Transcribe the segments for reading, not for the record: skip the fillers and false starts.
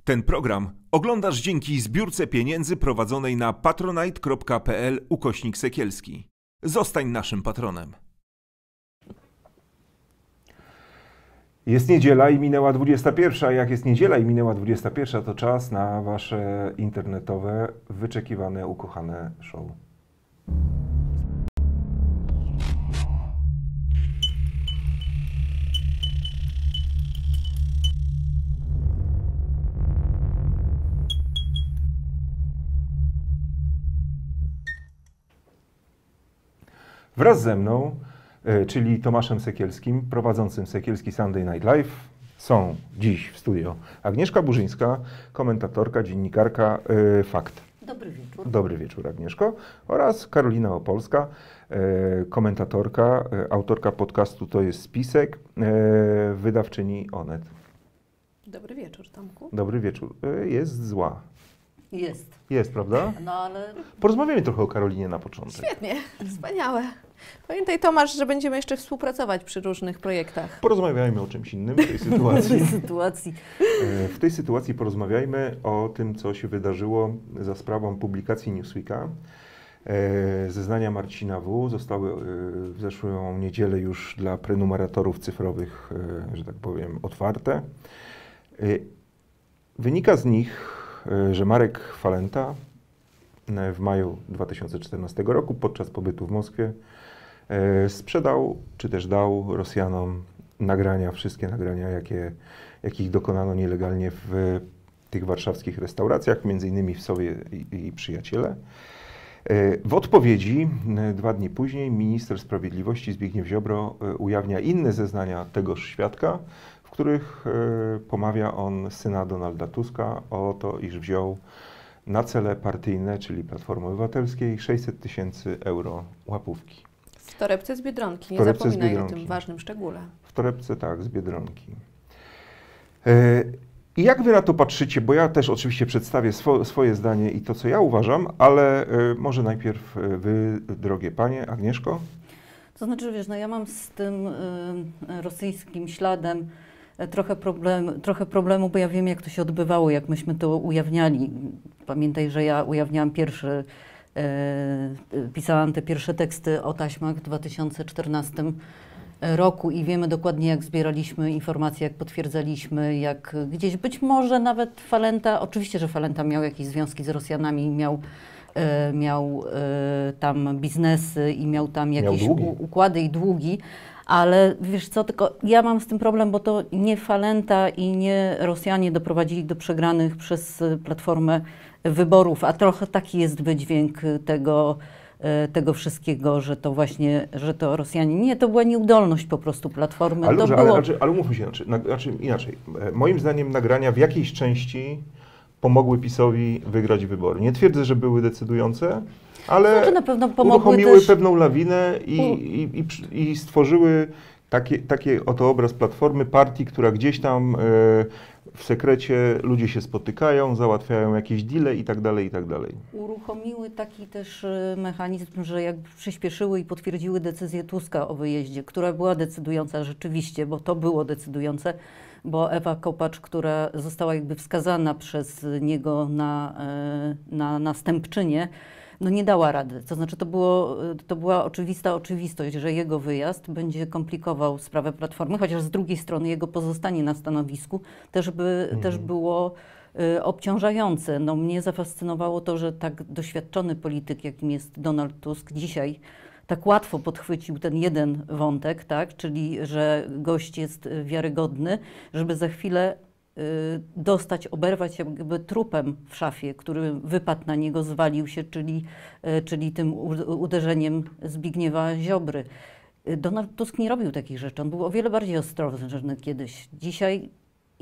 Ten program oglądasz dzięki zbiórce pieniędzy prowadzonej na patronite.pl/Sekielski. Zostań naszym patronem. Jest niedziela i minęła 21. Jak jest niedziela i minęła 21, to czas na wasze internetowe, wyczekiwane, ukochane show. Wraz ze mną, czyli Tomaszem Sekielskim, prowadzącym Sekielski Sunday Night Live, są dziś w studio Agnieszka Burzyńska, komentatorka, dziennikarka Fakt. Dobry wieczór. Dobry wieczór, Agnieszko. Oraz Karolina Opolska, komentatorka, autorka podcastu To jest Spisek, wydawczyni Onet. Dobry wieczór, Tomku. Dobry wieczór. Jest zła. Jest. Jest, prawda? No ale... Porozmawiamy trochę o Karolinie na początek. Świetnie, wspaniałe. Pamiętaj, Tomasz, że będziemy jeszcze współpracować przy różnych projektach. Porozmawiajmy o czymś innym w tej sytuacji. W tej sytuacji porozmawiajmy o tym, co się wydarzyło za sprawą publikacji Newsweeka. Zeznania Marcina W. zostały w zeszłą niedzielę już dla prenumeratorów cyfrowych, że tak powiem, otwarte. Wynika z nich, że Marek Falenta w maju 2014 roku podczas pobytu w Moskwie sprzedał, czy też dał Rosjanom nagrania, wszystkie nagrania, jakich dokonano nielegalnie w tych warszawskich restauracjach, między innymi w Sowie i Przyjaciele. W odpowiedzi 2 dni później minister sprawiedliwości Zbigniew Ziobro ujawnia inne zeznania tegoż świadka, w których pomawia on syna Donalda Tuska o to, iż wziął na cele partyjne, czyli Platformy Obywatelskiej, 600 000 euro łapówki. W torebce z Biedronki, nie zapominaj o tym ważnym szczególe. W torebce, tak, z Biedronki. I jak wy na to patrzycie? Bo ja też oczywiście przedstawię swoje zdanie i to, co ja uważam, ale może najpierw wy, drogie panie, Agnieszko? To znaczy, wiesz, no ja mam z tym rosyjskim śladem trochę problemu, bo ja wiem, jak to się odbywało, jak myśmy to ujawniali. Pamiętaj, że ja ujawniałam pisałam te pierwsze teksty o taśmach w 2014 roku i wiemy dokładnie, jak zbieraliśmy informacje, jak potwierdzaliśmy, jak gdzieś być może nawet Falenta, oczywiście, że Falenta miał jakieś związki z Rosjanami, miał tam biznesy i miał tam jakieś układy i długi, ale wiesz co, tylko ja mam z tym problem, bo to nie Falenta i nie Rosjanie doprowadzili do przegranych przez Platformę wyborów, a trochę taki jest wydźwięk tego wszystkiego, że to właśnie, że to Rosjanie. Nie, to była nieudolność po prostu Platformy. Ale, ale umówmy się inaczej. Moim zdaniem nagrania w jakiejś części pomogły PiS-owi wygrać wybory. Nie twierdzę, że były decydujące, ale znaczy na pewno uruchomiły też pewną lawinę i stworzyły taki oto obraz Platformy, partii, która gdzieś tam w sekrecie ludzie się spotykają, załatwiają jakieś deale i tak dalej, i tak dalej. Uruchomiły taki też mechanizm, że jakby przyspieszyły i potwierdziły decyzję Tuska o wyjeździe, która była decydująca rzeczywiście, bo to było decydujące, bo Ewa Kopacz, która została jakby wskazana przez niego na następczynię, no nie dała rady. To znaczy to była oczywista oczywistość, że jego wyjazd będzie komplikował sprawę Platformy, chociaż z drugiej strony jego pozostanie na stanowisku też było obciążające. No, mnie zafascynowało to, że tak doświadczony polityk, jakim jest Donald Tusk, dzisiaj tak łatwo podchwycił ten jeden wątek, tak? Czyli że gość jest wiarygodny, żeby za chwilę oberwać jakby trupem w szafie, który wypadł na niego, zwalił się, czyli tym uderzeniem Zbigniewa Ziobry. Donald Tusk nie robił takich rzeczy, on był o wiele bardziej ostrożny kiedyś. Dzisiaj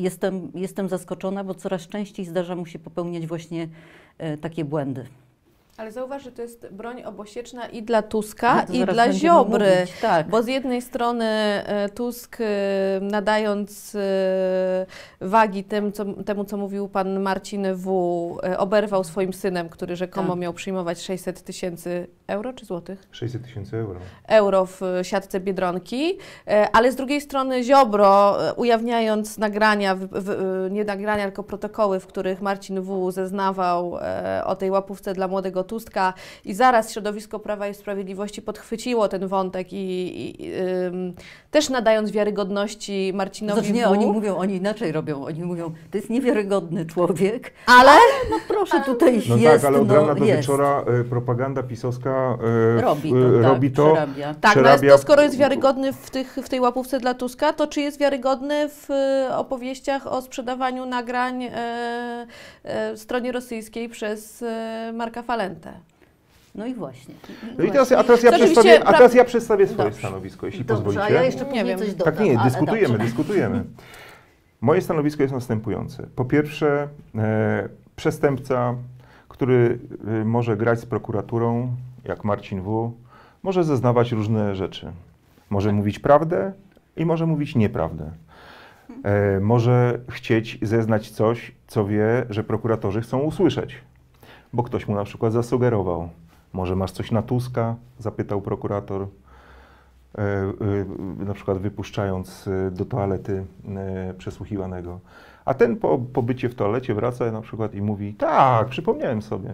jestem zaskoczona, bo coraz częściej zdarza mu się popełniać właśnie takie błędy. Ale zauważ, że to jest broń obosieczna i dla Tuska, A, to i zaraz dla będziemy Ziobry. mówić, tak. Bo z jednej strony Tusk, nadając wagi temu, co mówił pan Marcin W., oberwał swoim synem, który rzekomo Tak. miał przyjmować 600 tysięcy euro czy złotych? 600 tysięcy euro. Euro w siatce Biedronki, ale z drugiej strony Ziobro, ujawniając nagrania, nie nagrania, tylko protokoły, w których Marcin W. zeznawał o tej łapówce dla młodego Tuska i zaraz środowisko Prawa i Sprawiedliwości podchwyciło ten wątek i też nadając wiarygodności Marcinowi Znaczy nie, W. oni inaczej robią. Oni mówią, to jest niewiarygodny człowiek, Ale no proszę, tutaj No jest, tak, ale od rana do jest. wieczora propaganda pisowska Robi to, robi tak, przerabia. tak, no przerabia. to skoro jest wiarygodny w tej łapówce dla Tuska, to czy jest wiarygodny w opowieściach o sprzedawaniu nagrań stronie rosyjskiej przez Marka Falentę? No i właśnie. No i teraz ja przedstawię swoje stanowisko, jeśli Dobrze, pozwolicie. a ja jeszcze Nie później wiem. coś dodam. Tak, nie, ale dyskutujemy, dobrze. dyskutujemy. Moje stanowisko jest następujące. Po pierwsze, przestępca, który może grać z prokuraturą, jak Marcin W., może zeznawać różne rzeczy. Może mówić prawdę i może mówić nieprawdę. Może chcieć zeznać coś, co wie, że prokuratorzy chcą usłyszeć, bo ktoś mu na przykład zasugerował. Może masz coś na Tuska? Zapytał prokurator, na przykład wypuszczając do toalety przesłuchiwanego. A ten po pobycie w toalecie wraca na przykład i mówi, tak, przypomniałem sobie,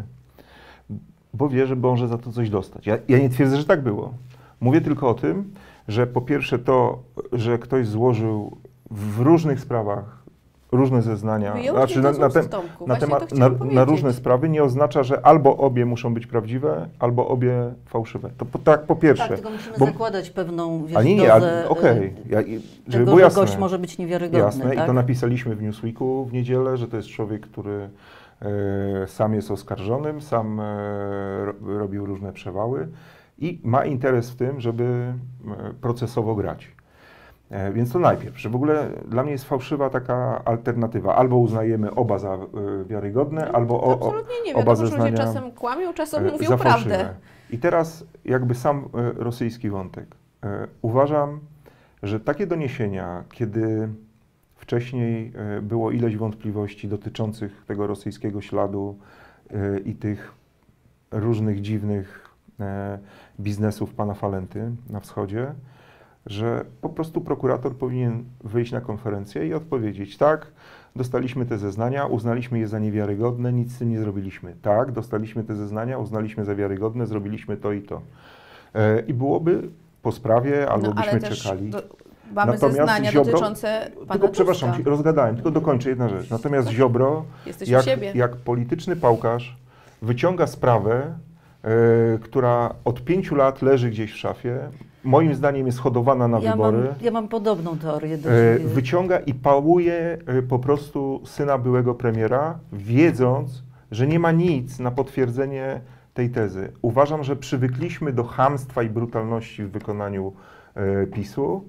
bo wie, że może za to coś dostać. Ja nie twierdzę, że tak było. Mówię tylko o tym, że po pierwsze to, że ktoś złożył w różnych sprawach różne zeznania, Wyjątki to są z Tomku. Właśnie to chciałam na powiedzieć. różne sprawy, nie oznacza, że albo obie muszą być prawdziwe, albo obie fałszywe. Tak po pierwsze. Tak, tylko musimy Bo- zakładać pewną, wiesz, A nie, dozę, okej. Żeby tego, było że jasne. gość może być niewiarygodny, Jasne, tak? i to napisaliśmy w Newsweeku w niedzielę, że to jest człowiek, który sam jest oskarżonym, sam robił różne przewały i ma interes w tym, żeby procesowo grać. Więc to najpierw, że w ogóle dla mnie jest fałszywa taka alternatywa. Albo uznajemy oba za wiarygodne, albo Absolutnie nie oba wiadomo, że ludzie zeznania czasem kłamią, czasem mówią za fałszywe. prawdę. I teraz jakby sam rosyjski wątek. Uważam, że takie doniesienia, kiedy wcześniej było ileś wątpliwości dotyczących tego rosyjskiego śladu i tych różnych dziwnych biznesów pana Falenty na wschodzie, że po prostu prokurator powinien wyjść na konferencję i odpowiedzieć, tak, dostaliśmy te zeznania, uznaliśmy je za niewiarygodne, nic z tym nie zrobiliśmy. Tak, dostaliśmy te zeznania, uznaliśmy za wiarygodne, zrobiliśmy to i to. I byłoby po sprawie, albo byśmy czekali. Mamy Natomiast zeznania Ziobro- dotyczące pana Tylko przepraszam, Tuska. rozgadałem, tylko dokończę jedna rzecz. Natomiast Ziobro, Jesteś u siebie. jak polityczny pałkarz, wyciąga sprawę, która od 5 lat leży gdzieś w szafie, moim zdaniem jest hodowana na wybory. Ja mam podobną teorię do ciebie. Wyciąga i pałuje po prostu syna byłego premiera, wiedząc, że nie ma nic na potwierdzenie tej tezy. Uważam, że przywykliśmy do chamstwa i brutalności w wykonaniu PiS-u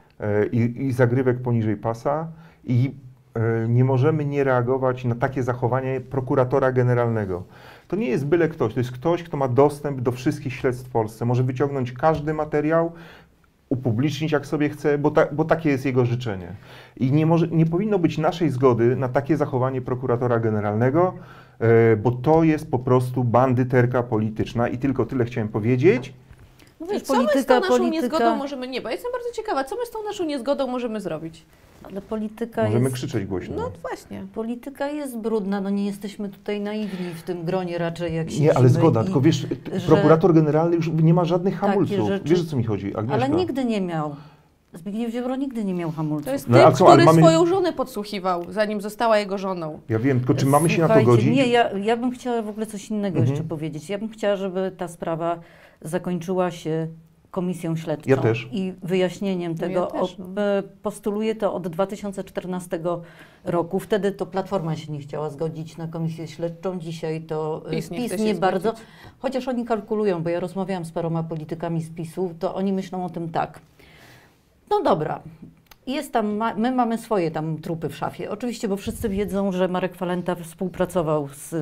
i zagrywek poniżej pasa i nie możemy nie reagować na takie zachowanie prokuratora generalnego. To nie jest byle ktoś, to jest ktoś, kto ma dostęp do wszystkich śledztw w Polsce. Może wyciągnąć każdy materiał, upublicznić jak sobie chce, bo takie jest jego życzenie. I nie powinno być naszej zgody na takie zachowanie prokuratora generalnego, bo to jest po prostu bandyterka polityczna i tylko tyle chciałem powiedzieć. No I wiesz, co my z tą naszą niezgodą możemy... Nie, bo ja jestem bardzo ciekawa, co my z tą naszą niezgodą możemy zrobić? Ale polityka Możemy jest... krzyczeć głośno. No właśnie. Polityka jest brudna, no nie jesteśmy tutaj naiwni w tym gronie raczej jak siedzimy. Nie, ale zgoda, tylko wiesz, że prokurator generalny już nie ma żadnych hamulców. rzeczy- Wiesz, o co mi chodzi, Agnieszka? Ale nigdy nie miał. Zbigniew Ziobro nigdy nie miał hamulców. To jest No, typ, a co, ale który mamy- swoją żonę podsłuchiwał, zanim została jego żoną. Ja wiem, tylko czy mamy się na to Słuchajcie, godzić? Nie, ja bym chciała w ogóle coś innego jeszcze powiedzieć. Ja bym chciała, żeby ta sprawa zakończyła się komisją śledczą Ja też. i wyjaśnieniem tego. ja też, no. Postuluję to od 2014 roku. Wtedy to Platforma się nie chciała zgodzić na komisję śledczą. Dzisiaj to PiS nie PiS chce się nie bardzo. zgodzić. Chociaż oni kalkulują, bo ja rozmawiałam z paroma politykami z PiS-u, to oni myślą o tym tak. No dobra, Jest tam, my mamy swoje tam trupy w szafie. Oczywiście, bo wszyscy wiedzą, że Marek Falenta współpracował z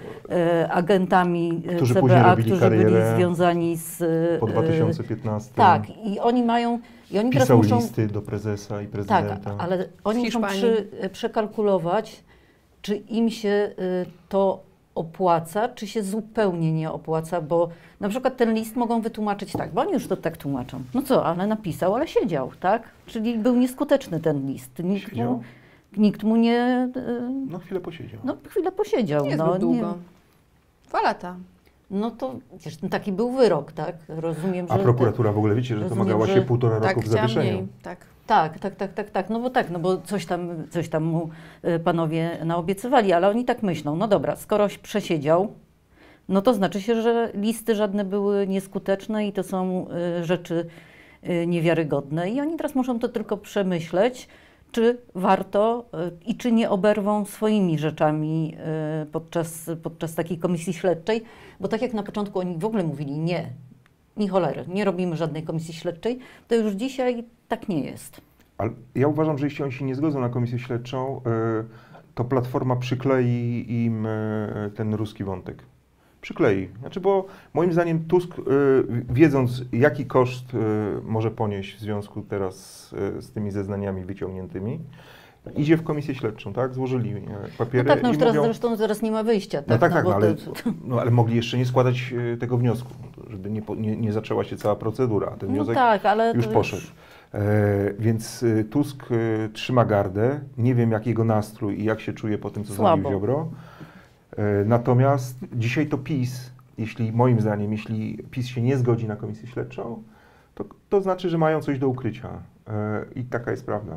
agentami Którzy później CBA, robili którzy byli karierę związani z... po 2015. Tak, i oni mają... I oni teraz Pisał muszą... listy do prezesa i Tak, prezydenta. ale oni muszą Hiszpanii. przekalkulować, czy im się to opłaca, czy się zupełnie nie opłaca, bo na przykład ten list mogą wytłumaczyć tak, bo oni już to tak tłumaczą. No co, ale napisał, ale siedział, tak? Czyli był nieskuteczny ten list. Siedział? Nikt mu nie... No chwilę posiedział. No chwilę posiedział. Nie no, zbyt długo. 2 lata. No to przecież taki był wyrok, tak? Rozumiem, że... A prokuratura w ogóle, wiecie, że rozumiem, domagała że- się 1,5 roku Tak, w chciałam zawieszeniu. mniej. Tak. Tak, no bo coś tam mu panowie naobiecywali, ale oni tak myślą, no dobra, skoro przesiedział, no to znaczy się, że listy żadne były nieskuteczne i to są rzeczy niewiarygodne i oni teraz muszą to tylko przemyśleć, czy warto i czy nie oberwą swoimi rzeczami podczas takiej komisji śledczej, bo tak jak na początku oni w ogóle mówili nie, ni cholery, nie robimy żadnej komisji śledczej, to już dzisiaj tak nie jest. Ale ja uważam, że jeśli oni się nie zgodzą na komisję śledczą, to Platforma przyklei im ten ruski wątek. Przyklei. Znaczy, bo moim zdaniem Tusk, wiedząc jaki koszt może ponieść w związku teraz z tymi zeznaniami wyciągniętymi, idzie w komisję śledczą, tak? Złożyli papiery No tak, no już i teraz mówią... zresztą zaraz nie ma wyjścia. Tak? No tak, bo ale, to- ale mogli jeszcze nie składać tego wniosku, żeby nie zaczęła się cała procedura, a ten no wniosek tak, ale już to poszedł. Więc Tusk trzyma gardę. Nie wiem, jak jego nastrój i jak się czuje po tym, co Słabo. zrobił Ziobro. Natomiast dzisiaj to PiS, moim zdaniem, jeśli PiS się nie zgodzi na komisję śledczą, to znaczy, że mają coś do ukrycia. I taka jest prawda.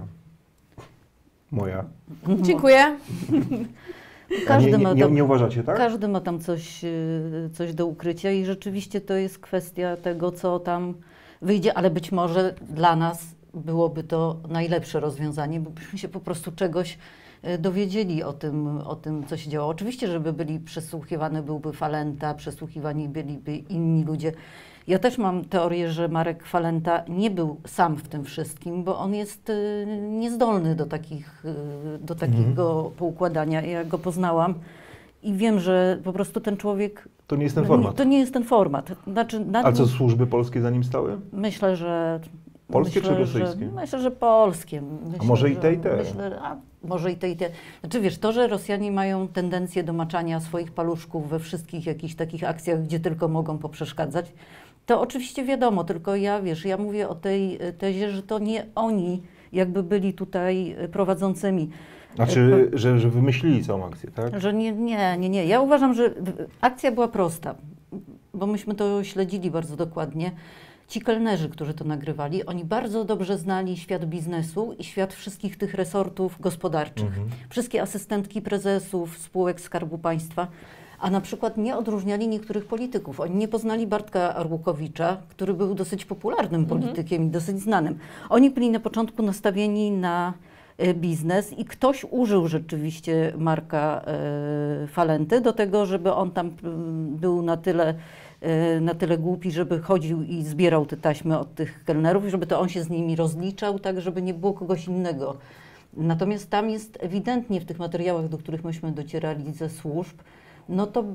Moja. Dziękuję. Każdy ma tam, Nie uważacie, tak? każdy ma tam coś do ukrycia i rzeczywiście to jest kwestia tego, co tam wyjdzie, ale być może dla nas byłoby to najlepsze rozwiązanie, bo byśmy się po prostu czegoś dowiedzieli o tym, co się działo. Oczywiście, żeby byli przesłuchiwany byłby Falenta, przesłuchiwani byliby inni ludzie. Ja też mam teorię, że Marek Falenta nie był sam w tym wszystkim, bo on jest niezdolny do takiego poukładania. Ja go poznałam i wiem, że po prostu ten człowiek... To nie jest ten format. To nie jest ten format. Znaczy, A co, służby polskie za nim stały? Myślę, że... Polskie czy rosyjskie? Myślę, że polskie. Myślę, może i te, i że- te? Może i te, i te. Znaczy wiesz, to, że Rosjanie mają tendencję do maczania swoich paluszków we wszystkich jakichś takich akcjach, gdzie tylko mogą poprzeszkadzać, to oczywiście wiadomo, tylko ja mówię o tej tezie, że to nie oni jakby byli tutaj prowadzącymi. Znaczy, że wymyślili całą akcję, tak? Że nie. Ja uważam, że akcja była prosta, bo myśmy to śledzili bardzo dokładnie. Ci kelnerzy, którzy to nagrywali, oni bardzo dobrze znali świat biznesu i świat wszystkich tych resortów gospodarczych. Wszystkie asystentki prezesów spółek Skarbu Państwa, a na przykład nie odróżniali niektórych polityków. Oni nie poznali Bartka Arłukowicza, który był dosyć popularnym politykiem i dosyć znanym. Oni byli na początku nastawieni na biznes i ktoś użył rzeczywiście Marka Falenty do tego, żeby on tam był na tyle głupi, żeby chodził i zbierał te taśmy od tych kelnerów, żeby to on się z nimi rozliczał, tak żeby nie było kogoś innego. Natomiast tam jest ewidentnie w tych materiałach, do których myśmy docierali ze służb, no to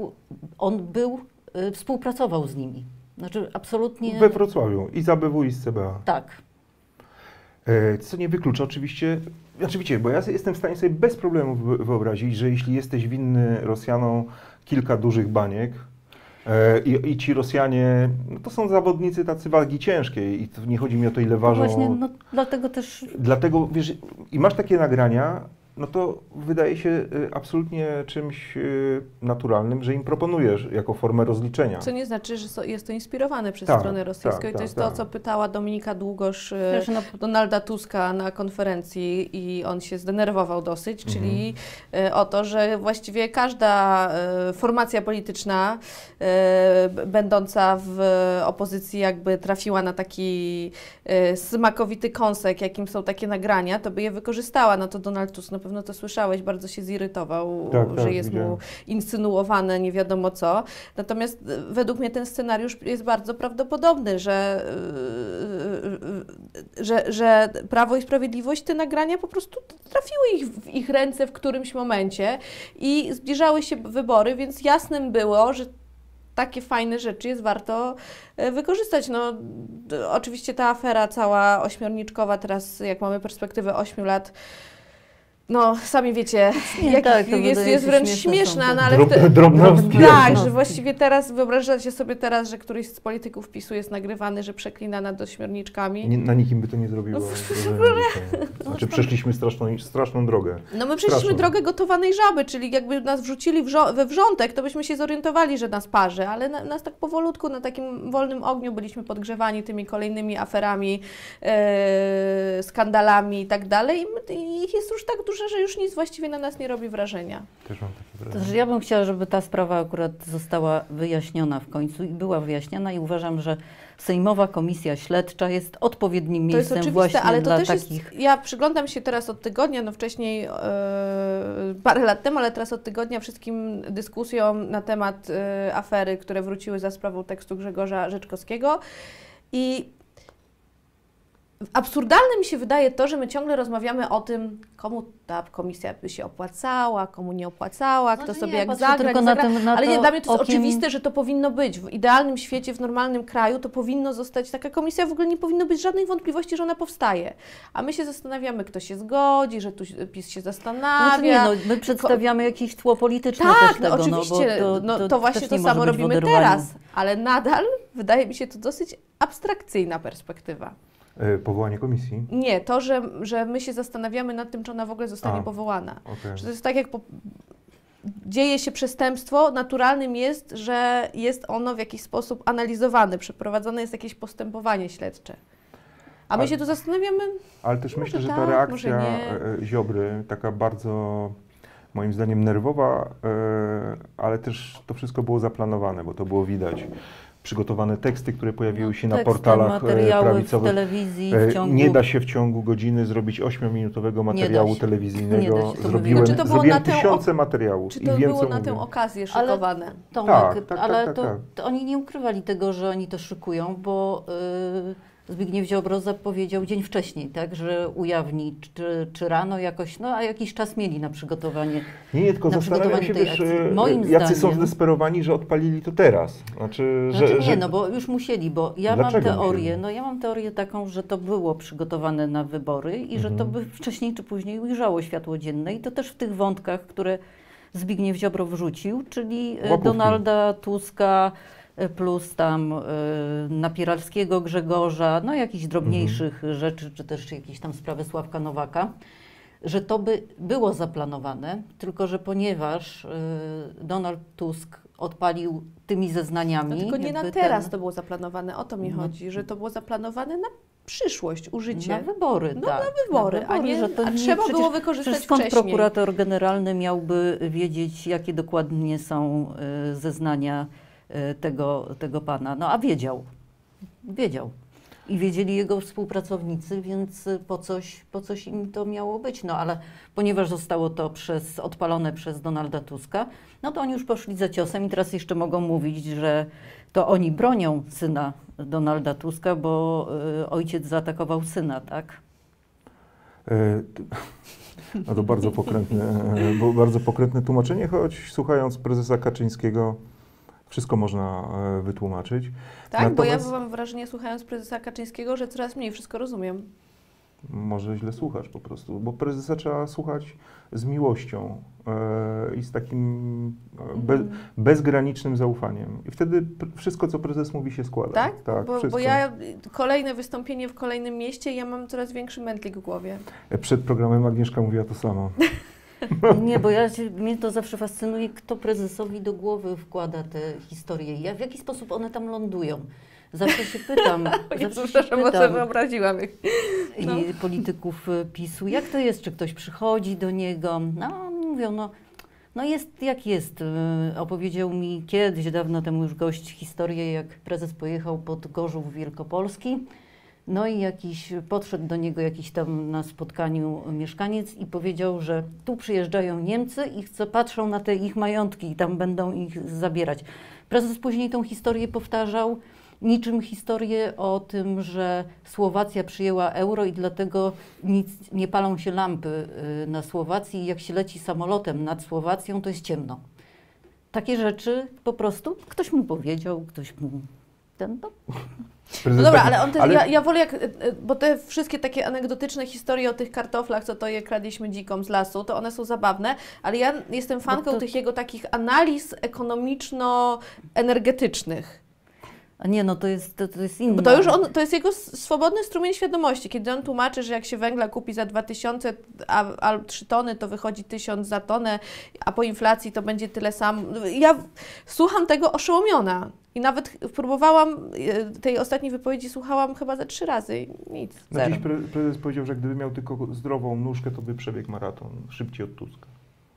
współpracował z nimi. Znaczy absolutnie... We Wrocławiu i z ABW i z CBA. Tak. Co nie wyklucza oczywiście, znaczy wiecie, bo ja jestem w stanie sobie bez problemu wyobrazić, że jeśli jesteś winny Rosjanom kilka dużych baniek i ci Rosjanie, no to są zawodnicy tacy wagi ciężkiej i to nie chodzi mi o to, ile ważą. Właśnie, no dlatego też... Dlatego, wiesz, i masz takie nagrania, no to wydaje się absolutnie czymś naturalnym, że im proponujesz jako formę rozliczenia. Co nie znaczy, że jest to inspirowane przez Tak, stronę rosyjską. tak, I to jest tak, to, tak. co pytała Dominika Długosz Wiesz, no, Donalda Tuska na konferencji i on się zdenerwował dosyć, czyli o to, że właściwie każda formacja polityczna będąca w opozycji jakby trafiła na taki smakowity kąsek, jakim są takie nagrania, to by je wykorzystała. No to Donald Tusk, na pewno to słyszałeś, bardzo się zirytował, Tak, że tak, jest widziałem. mu insynuowane nie wiadomo co. Natomiast według mnie ten scenariusz jest bardzo prawdopodobny, że że Prawo i Sprawiedliwość te nagrania po prostu trafiły w ich ręce w którymś momencie i zbliżały się wybory, więc jasnym było, że takie fajne rzeczy jest warto wykorzystać. No, oczywiście ta afera cała ośmiorniczkowa teraz, jak mamy perspektywę 8 lat, no sami wiecie, tak, to jest wręcz śmieszna, no ale Drobnostki. tak, że właściwie teraz, wyobrażacie sobie teraz, że któryś z polityków PiS-u jest nagrywany, że przeklina nad ośmiorniczkami. Na nikim by to nie zrobiło wrażenia dzisiaj. Znaczy przeszliśmy straszną drogę. No my przeszliśmy drogę gotowanej żaby, czyli jakby nas wrzucili we wrzątek, to byśmy się zorientowali, że nas parzy, ale nas tak powolutku, na takim wolnym ogniu byliśmy podgrzewani tymi kolejnymi aferami, skandalami i tak dalej i ich jest już tak dużo, że już nic właściwie na nas nie robi wrażenia. Też mam takie To wrażenie. znaczy, ja bym chciała, żeby ta sprawa akurat została wyjaśniona w końcu i była wyjaśniona i uważam, że Sejmowa Komisja Śledcza jest odpowiednim To jest miejscem oczywiste, właśnie ale to dla też takich... jest, ja przyglądam się teraz od tygodnia, no wcześniej parę lat temu, ale teraz od tygodnia wszystkim dyskusjom na temat afery, które wróciły za sprawą tekstu Grzegorza Rzeczkowskiego i absurdalne mi się wydaje to, że my ciągle rozmawiamy o tym, komu ta komisja by się opłacała, komu nie opłacała, kto Znaczy sobie nie, jak patrzę zagra, tylko nie na zagra. tym, na Ale nie, to, dla mnie to jest okiem- oczywiste, że to powinno być. W idealnym świecie, w normalnym kraju to powinno zostać, taka komisja w ogóle nie powinno być żadnej wątpliwości, że ona powstaje. A my się zastanawiamy, kto się zgodzi, że tu PiS się zastanawia. Znaczy nie, no, my przedstawiamy jakieś tło polityczne Tak, też tego, oczywiście, no, bo to właśnie też to nie może samo być w robimy oderwaniu. teraz, ale nadal wydaje mi się to dosyć abstrakcyjna perspektywa. Powołanie komisji. Nie, to, że my się zastanawiamy nad tym, czy ona w ogóle zostanie powołana. Okay. Że to jest tak, jak dzieje się przestępstwo, naturalnym jest, że jest ono w jakiś sposób analizowane, przeprowadzone jest jakieś postępowanie śledcze. A my się tu zastanawiamy. Ale też myślę, że ta tak, reakcja może Ziobry, taka bardzo moim zdaniem nerwowa, ale też to wszystko było zaplanowane, bo to było widać. Przygotowane teksty, które pojawiły się na Teksty, portalach materiały prawicowych. w telewizji w ciągu... Nie da się w ciągu godziny zrobić 8-minutowego materiału Nie da telewizyjnego. się, to Zrobiłem, Znaczy, to było zrobiłem na tę tysiące materiałów Czy i to wiem, było co na mówię. tę okazję szykowane? Tomek, Tak, ale tak. to oni nie ukrywali tego, że oni to szykują, bo Zbigniew Ziobro zapowiedział dzień wcześniej, tak, że ujawni czy rano jakoś, no a jakiś czas mieli na przygotowanie. Nie, tylko na zastanawiam się, przygotowanie tej wiesz, akcji. Moim jacy są zdaniem- zdesperowani, że odpalili to teraz. Znaczy, Nie, no bo już musieli, bo ja mam Dlaczego teorię, musieli? no ja mam teorię taką, że to było przygotowane na wybory i że to by wcześniej czy później ujrzało światło dzienne i to też w tych wątkach, które Zbigniew Ziobro wrzucił, czyli Łapówki. Donalda Tuska plus tam Napieralskiego Grzegorza, no jakichś drobniejszych rzeczy, czy też jakieś tam sprawy Sławka Nowaka, że to by było zaplanowane, tylko że ponieważ Donald Tusk odpalił tymi zeznaniami... No tylko nie na jakby teraz ten- to było zaplanowane, o to mi No. chodzi, że to było zaplanowane na przyszłość, użycie. Na wybory, No, tak. na wybory, a nie- że to a nie- trzeba przecież- było wykorzystać przecież skąd wcześniej. prokurator generalny miałby wiedzieć, jakie dokładnie są zeznania tego pana? No a wiedział. Wiedział. I wiedzieli jego współpracownicy, więc po coś im to miało być. No ale ponieważ zostało to odpalone przez Donalda Tuska, no to oni już poszli za ciosem i teraz jeszcze mogą mówić, że to oni bronią syna Donalda Tuska, bo ojciec zaatakował syna, tak? No to bardzo pokrętne tłumaczenie, choć słuchając prezesa Kaczyńskiego wszystko można wytłumaczyć. Tak, bo ja Natomiast- mam wrażenie, słuchając prezesa Kaczyńskiego, że coraz mniej wszystko rozumiem. Może źle słuchasz po prostu, bo prezesa trzeba słuchać z miłością i z takim bezgranicznym zaufaniem. I wtedy wszystko, co prezes mówi, się składa. Tak? wszystko. Bo ja kolejne wystąpienie w kolejnym mieście i ja mam coraz większy mętlik w głowie. Przed programem Agnieszka mówiła to samo. Nie, bo mnie to zawsze fascynuje, kto prezesowi do głowy wkłada te historie. W jaki sposób one tam lądują. Zawsze się pytam, Przepraszam, bo sobie wyobraziłam ich. i polityków PiS-u, jak to jest, czy ktoś przychodzi do niego, no mówią, no jest jak jest. Opowiedział mi kiedyś, dawno temu już gość, historię, jak prezes pojechał pod Gorzów Wielkopolski, no i podszedł do niego jakiś tam na spotkaniu mieszkaniec i powiedział, że tu przyjeżdżają Niemcy i patrzą na te ich majątki i tam będą ich zabierać. Prezes później tą historię powtarzał niczym historię o tym, że Słowacja przyjęła euro i dlatego nie palą się lampy na Słowacji i jak się leci samolotem nad Słowacją, to jest ciemno. Takie rzeczy po prostu ktoś mu powiedział, ktoś mu... No dobra, ale on też, ja wolę bo te wszystkie takie anegdotyczne historie o tych kartoflach, co to je kradliśmy dzikom z lasu, to one są zabawne, ale ja jestem fanką tych jego takich analiz ekonomiczno-energetycznych. A nie, no to jest inne. Bo to jest jego swobodny strumień świadomości, kiedy on tłumaczy, że jak się węgla kupi za 2000, a 3 tony, to wychodzi 1000 za tonę, a po inflacji to będzie tyle samo. Ja słucham tego oszołomiona. I nawet próbowałam, tej ostatniej wypowiedzi słuchałam chyba ze 3 razy i nic. No dziś prezes powiedział, że gdyby miał tylko zdrową nóżkę, to by przebiegł maraton szybciej od Tuska.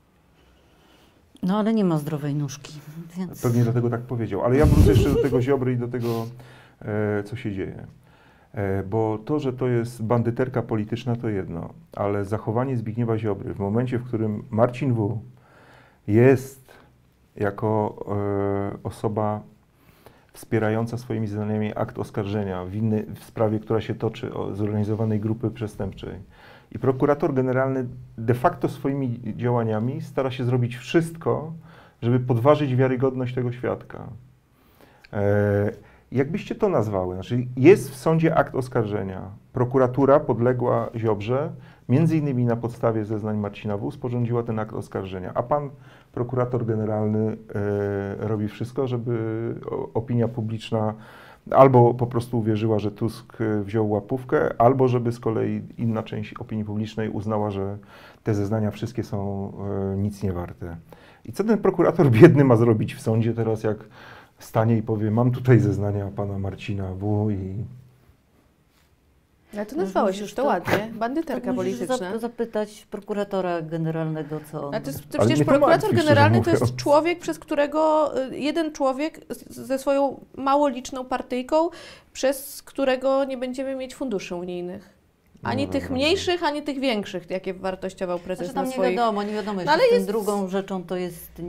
No ale nie ma zdrowej nóżki, więc... Pewnie dlatego tak powiedział. Ale ja wrócę jeszcze do tego Ziobry i do tego, co się dzieje. Bo to, że to jest bandyterka polityczna, to jedno. Ale zachowanie Zbigniewa Ziobry w momencie, w którym Marcin W. jest jako osoba wspierająca swoimi zeznaniami akt oskarżenia w sprawie, która się toczy o zorganizowanej grupy przestępczej. I prokurator generalny de facto swoimi działaniami stara się zrobić wszystko, żeby podważyć wiarygodność tego świadka. Jakbyście to nazwały? Znaczy, jest w sądzie akt oskarżenia. Prokuratura podległa Ziobrze, między innymi na podstawie zeznań Marcina W. sporządziła ten akt oskarżenia. A pan prokurator generalny robi wszystko, żeby opinia publiczna albo po prostu uwierzyła, że Tusk wziął łapówkę, albo żeby z kolei inna część opinii publicznej uznała, że te zeznania wszystkie są nic nie warte. I co ten prokurator biedny ma zrobić w sądzie teraz, jak stanie i powie, mam tutaj zeznania pana Marcina W. i... Ale to nazwałeś już to ładnie, bandyterka polityczna. Musisz zapytać prokuratora generalnego, co on... Ale to jest, przecież prokurator generalny to jest człowiek, przez którego, jeden człowiek ze swoją mało liczną partyjką, przez którego nie będziemy mieć funduszy unijnych. Ani tych mniejszych, ani tych większych, jakie wartościował prezes znaczy, tam na swoich... nie wiadomo. No, ale jest... Drugą rzeczą to jest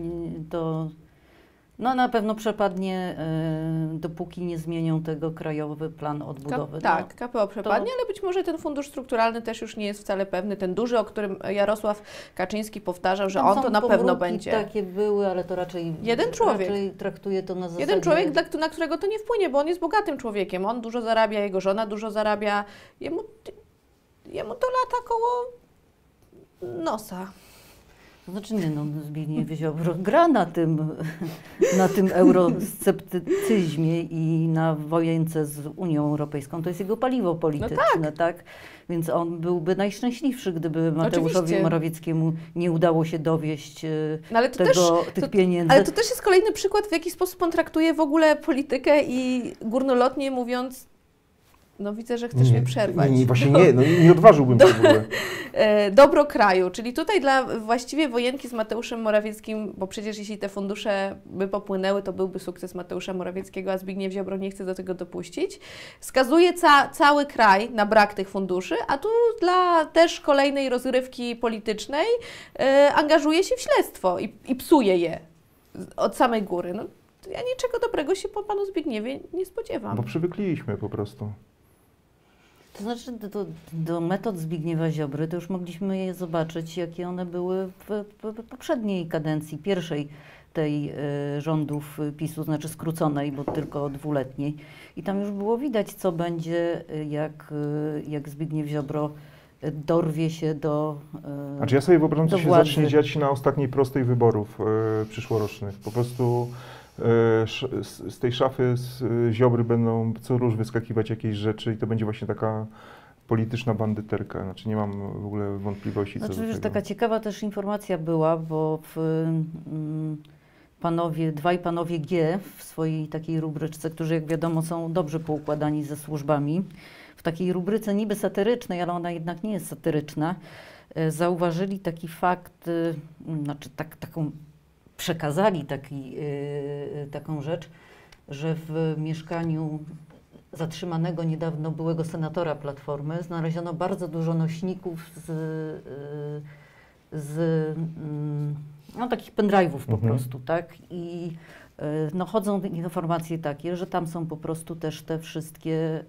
no na pewno przepadnie, dopóki nie zmienią tego Krajowy Plan Odbudowy. Tak, KPO przepadnie, ale być może ten fundusz strukturalny też już nie jest wcale pewny. Ten duży, o którym Jarosław Kaczyński powtarzał, że on to na pewno będzie. Takie były, ale to raczej jeden człowiek. Raczej traktuje to na zasadzie... Jeden człowiek, na którego to nie wpłynie, bo on jest bogatym człowiekiem. On dużo zarabia, jego żona dużo zarabia. Jemu to lata koło nosa. To znaczy nie, no Zbigniew Ziobro gra na tym eurosceptycyzmie i na wojence z Unią Europejską. To jest jego paliwo polityczne, tak? Więc on byłby najszczęśliwszy, gdyby Mateuszowi Morawieckiemu nie udało się dowieść tych pieniędzy. Ale to też jest kolejny przykład, w jaki sposób on traktuje w ogóle politykę i górnolotnie mówiąc, no widzę, że chcesz mnie przerwać. Nie odważyłbym się w ogóle. Dobro kraju, czyli tutaj dla właściwie wojenki z Mateuszem Morawieckim, bo przecież jeśli te fundusze by popłynęły, to byłby sukces Mateusza Morawieckiego, a Zbigniew Ziobro nie chce do tego dopuścić. Skazuje cały kraj na brak tych funduszy, a tu dla też kolejnej rozgrywki politycznej angażuje się w śledztwo i psuje je od samej góry. No, ja niczego dobrego się po panu Zbigniewie nie spodziewam. Bo przywykliśmy po prostu. To znaczy do metod Zbigniewa Ziobry to już mogliśmy je zobaczyć, jakie one były w poprzedniej kadencji, pierwszej tej rządów PiS-u, znaczy skróconej, bo tylko 2-letniej. I tam już było widać, co będzie, jak Zbigniew Ziobro dorwie się do Znaczy ja sobie wyobrażam, co się władzy. zacznie dziać na ostatniej prostej wyborów przyszłorocznych. Po prostu z tej szafy z Ziobry będą co róż wyskakiwać jakieś rzeczy i to będzie właśnie taka polityczna bandyterka. Znaczy nie mam w ogóle wątpliwości co do tego. Taka ciekawa też informacja była, bo dwaj panowie G w swojej takiej rubryczce, którzy jak wiadomo są dobrze poukładani ze służbami, w takiej rubryce niby satyrycznej, ale ona jednak nie jest satyryczna, zauważyli taki fakt, znaczy przekazali taką rzecz, że w mieszkaniu zatrzymanego niedawno byłego senatora Platformy znaleziono bardzo dużo nośników z takich pendrive'ów po prostu, tak? I No chodzą informacje takie, że tam są po prostu też te wszystkie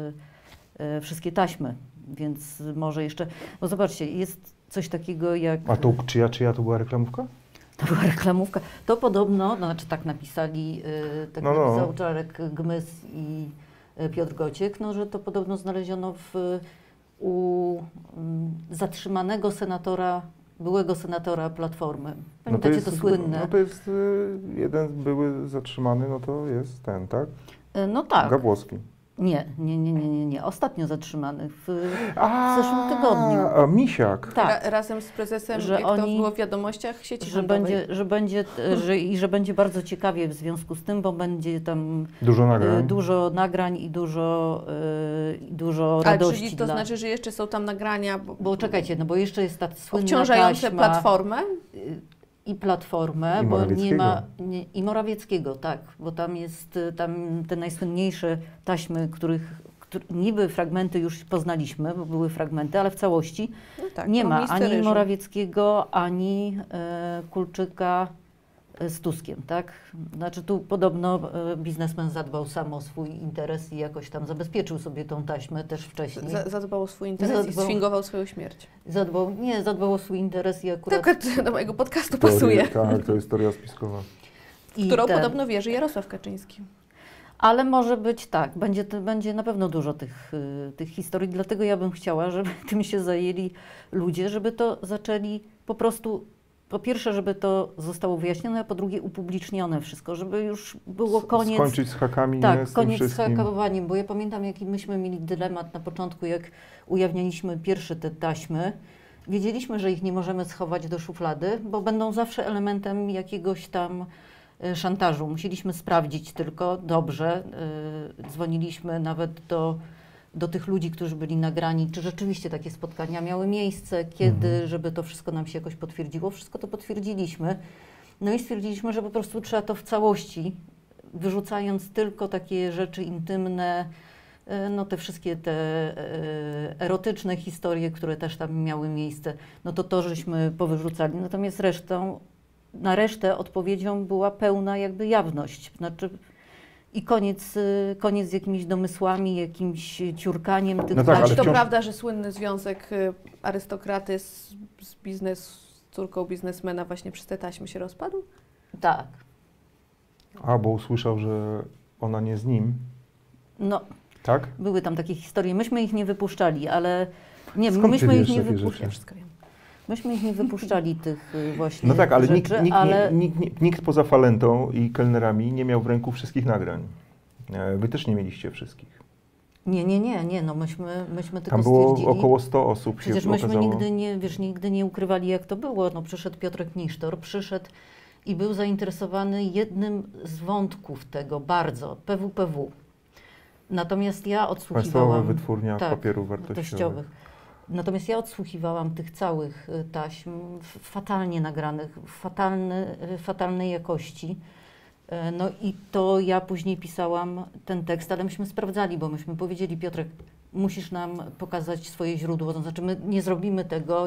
wszystkie taśmy, więc może jeszcze, bo zobaczcie, jest coś takiego jak... A to czyja to była reklamówka? To była reklamówka. To podobno, no, znaczy tak napisali, tak napisał Czarek Gmys i Piotr Gociek, no, że to podobno znaleziono u zatrzymanego senatora, byłego senatora Platformy. Pamiętacie to słynne? No to jest jeden były zatrzymany, no to jest ten, tak? No tak. Gawłowski. Nie. Ostatnio zatrzymany w zeszłym tygodniu. A Misiak. Tak. Razem z prezesem, Że jak to oni- było w wiadomościach sieci Że handlowej. że będzie bardzo ciekawie w związku z tym, bo będzie tam Dużo nagrań. dużo nagrań i dużo Ale radości czyli to dla... znaczy, że jeszcze są tam nagrania Bo czekajcie, no bo jeszcze jest ta słynna obciążające taśma Platformę? i Platformę, I bo nie Morawieckiego. ma... I Morawieckiego, tak, bo tam jest tam te najsłynniejsze taśmy, niby fragmenty już poznaliśmy, bo były fragmenty, ale w całości No tak, nie ma minister ani ryżu. Morawieckiego, ani Kulczyka z Tuskiem, tak? Znaczy tu podobno biznesmen zadbał sam o swój interes i jakoś tam zabezpieczył sobie tą taśmę też wcześniej. Zadbał o swój interes i Zadbał. sfingował swoją śmierć. Zadbał o swój interes i akurat... Tak do mojego podcastu pasuje. Tak, to jest teoria spiskowa. i Którą podobno wierzy Jarosław Kaczyński. Ale może być tak, będzie na pewno dużo tych historii, dlatego ja bym chciała, żeby tym się zajęli ludzie, żeby to zaczęli po prostu, po pierwsze, żeby to zostało wyjaśnione, a po drugie upublicznione wszystko, żeby już było koniec. Skończyć z hakami, nie? Tak, Z tym koniec z wszystkim. hakowaniem, bo ja pamiętam, jaki myśmy mieli dylemat na początku, jak ujawnialiśmy pierwsze te taśmy. Wiedzieliśmy, że ich nie możemy schować do szuflady, bo będą zawsze elementem jakiegoś tam szantażu. Musieliśmy sprawdzić tylko dobrze. Dzwoniliśmy nawet do tych ludzi, którzy byli nagrani, czy rzeczywiście takie spotkania miały miejsce, kiedy, żeby to wszystko nam się jakoś potwierdziło. Wszystko to potwierdziliśmy. No i stwierdziliśmy, że po prostu trzeba to w całości, wyrzucając tylko takie rzeczy intymne, no te wszystkie te erotyczne historie, które też tam miały miejsce, no to żeśmy powyrzucali. Natomiast na resztę odpowiedzią była pełna jakby jawność. Znaczy i koniec z jakimiś domysłami, jakimś ciurkaniem tych No tak, A ale czy to wciąż- prawda, że słynny związek arystokraty z córką biznesmena właśnie przez te taśmy się rozpadł? Tak. A, bo usłyszał, że ona nie z nim, No, tak? były tam takie historie. Myśmy ich nie wypuszczali, ale nie, Skąd ty myśmy wiesz ich nie takie wypuszczali. rzeczy? Wszystko wiem. Myśmy ich nie wypuszczali tych właśnie No tak, ale rzeczy, nikt poza Falentą i kelnerami nie miał w ręku wszystkich nagrań. Wy też nie mieliście wszystkich. Nie, no myśmy tylko Tam było stwierdzili. około 100 osób Przecież się myśmy okazało. nigdy nie ukrywali, jak to było. No, przyszedł Piotrek Nisztor, i był zainteresowany jednym z wątków tego bardzo, PWPW. Natomiast ja Państwowa odsłuchiwałam... Wytwórnia tak, Papierów Wartościowych. Natomiast ja odsłuchiwałam tych całych taśm, fatalnie nagranych, fatalnej jakości. No i to ja później pisałam ten tekst, ale myśmy sprawdzali, bo myśmy powiedzieli, Piotrek, musisz nam pokazać swoje źródło. To znaczy my nie zrobimy tego,